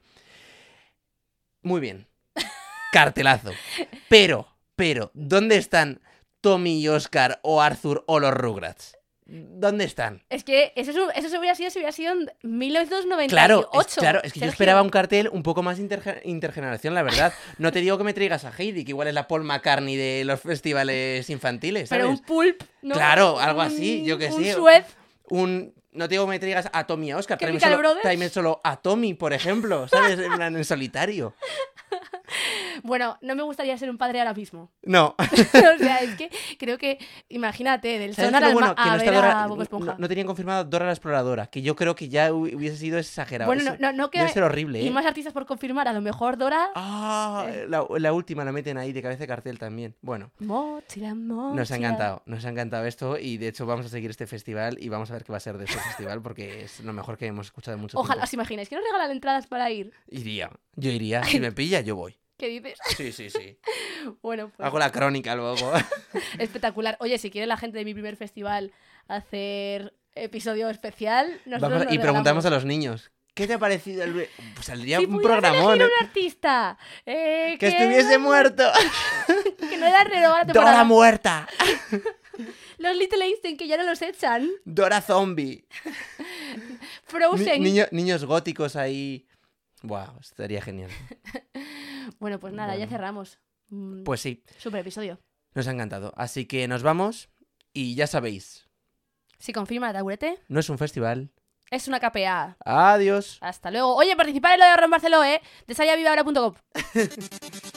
Muy bien. Cartelazo. Pero, ¿dónde están Tommy y Oscar o Arthur o los Rugrats? ¿Dónde están? Es que eso hubiera sido en 1998. Claro, es que yo esperaba un cartel un poco más intergeneración, la verdad. No te digo que me traigas a Heidi, que igual es la Paul McCartney de los festivales infantiles, ¿sabes? Pero un pulp, ¿no? Claro, algo así, yo que un sé. Suez. No te digo que me traigas a Tommy y a Oscar, Chemical Brothers. tráeme solo a Tommy, por ejemplo, ¿sabes? En solitario. Bueno, no me gustaría ser un padre ahora mismo. No. O sea, es que creo que, imagínate, del ¿Sabes Sonar qué es al lo bueno? a Que no está ver Dora, a Bob Esponja. no tenían confirmado Dora la Exploradora, que yo creo que ya hubiese sido exagerado. Bueno, Eso no debe queda... ser horrible, ¿eh? Y más artistas por confirmar, a lo mejor Dora... Ah, la última la meten ahí de cabeza de cartel también. Bueno, Mochila. nos ha encantado esto y de hecho vamos a seguir este festival y vamos a ver qué va a ser de este festival porque es lo mejor que hemos escuchado en mucho Ojalá, tiempo. ¿os imagináis que nos regalan entradas para ir? Yo iría, si me pilla yo voy. ¿Qué dices? Sí. Bueno, pues Hago la crónica luego. espectacular. Oye, si quiere la gente de mi primer festival hacer episodio especial, nosotros Vamos, nos y preguntamos regalamos. a los niños, ¿qué te ha parecido el... Pues saldría Si un pudieras programón, elegir ¿eh? un artista Que estuviese muerto. que no era raro la Dora temporada. muerta. Los Little Einstein que ya no los echan. Dora zombie. Frozen. Niños góticos ahí. Buah, estaría genial. Bueno, pues nada, ya Bueno. cerramos. Pues sí, Super episodio. nos ha encantado. Así que nos vamos y ya sabéis, Si confirma Taburete, no es un festival. es una KPA. Adiós. Hasta luego. Oye, participad en lo de Ron Barceló, de sayavivahora.com.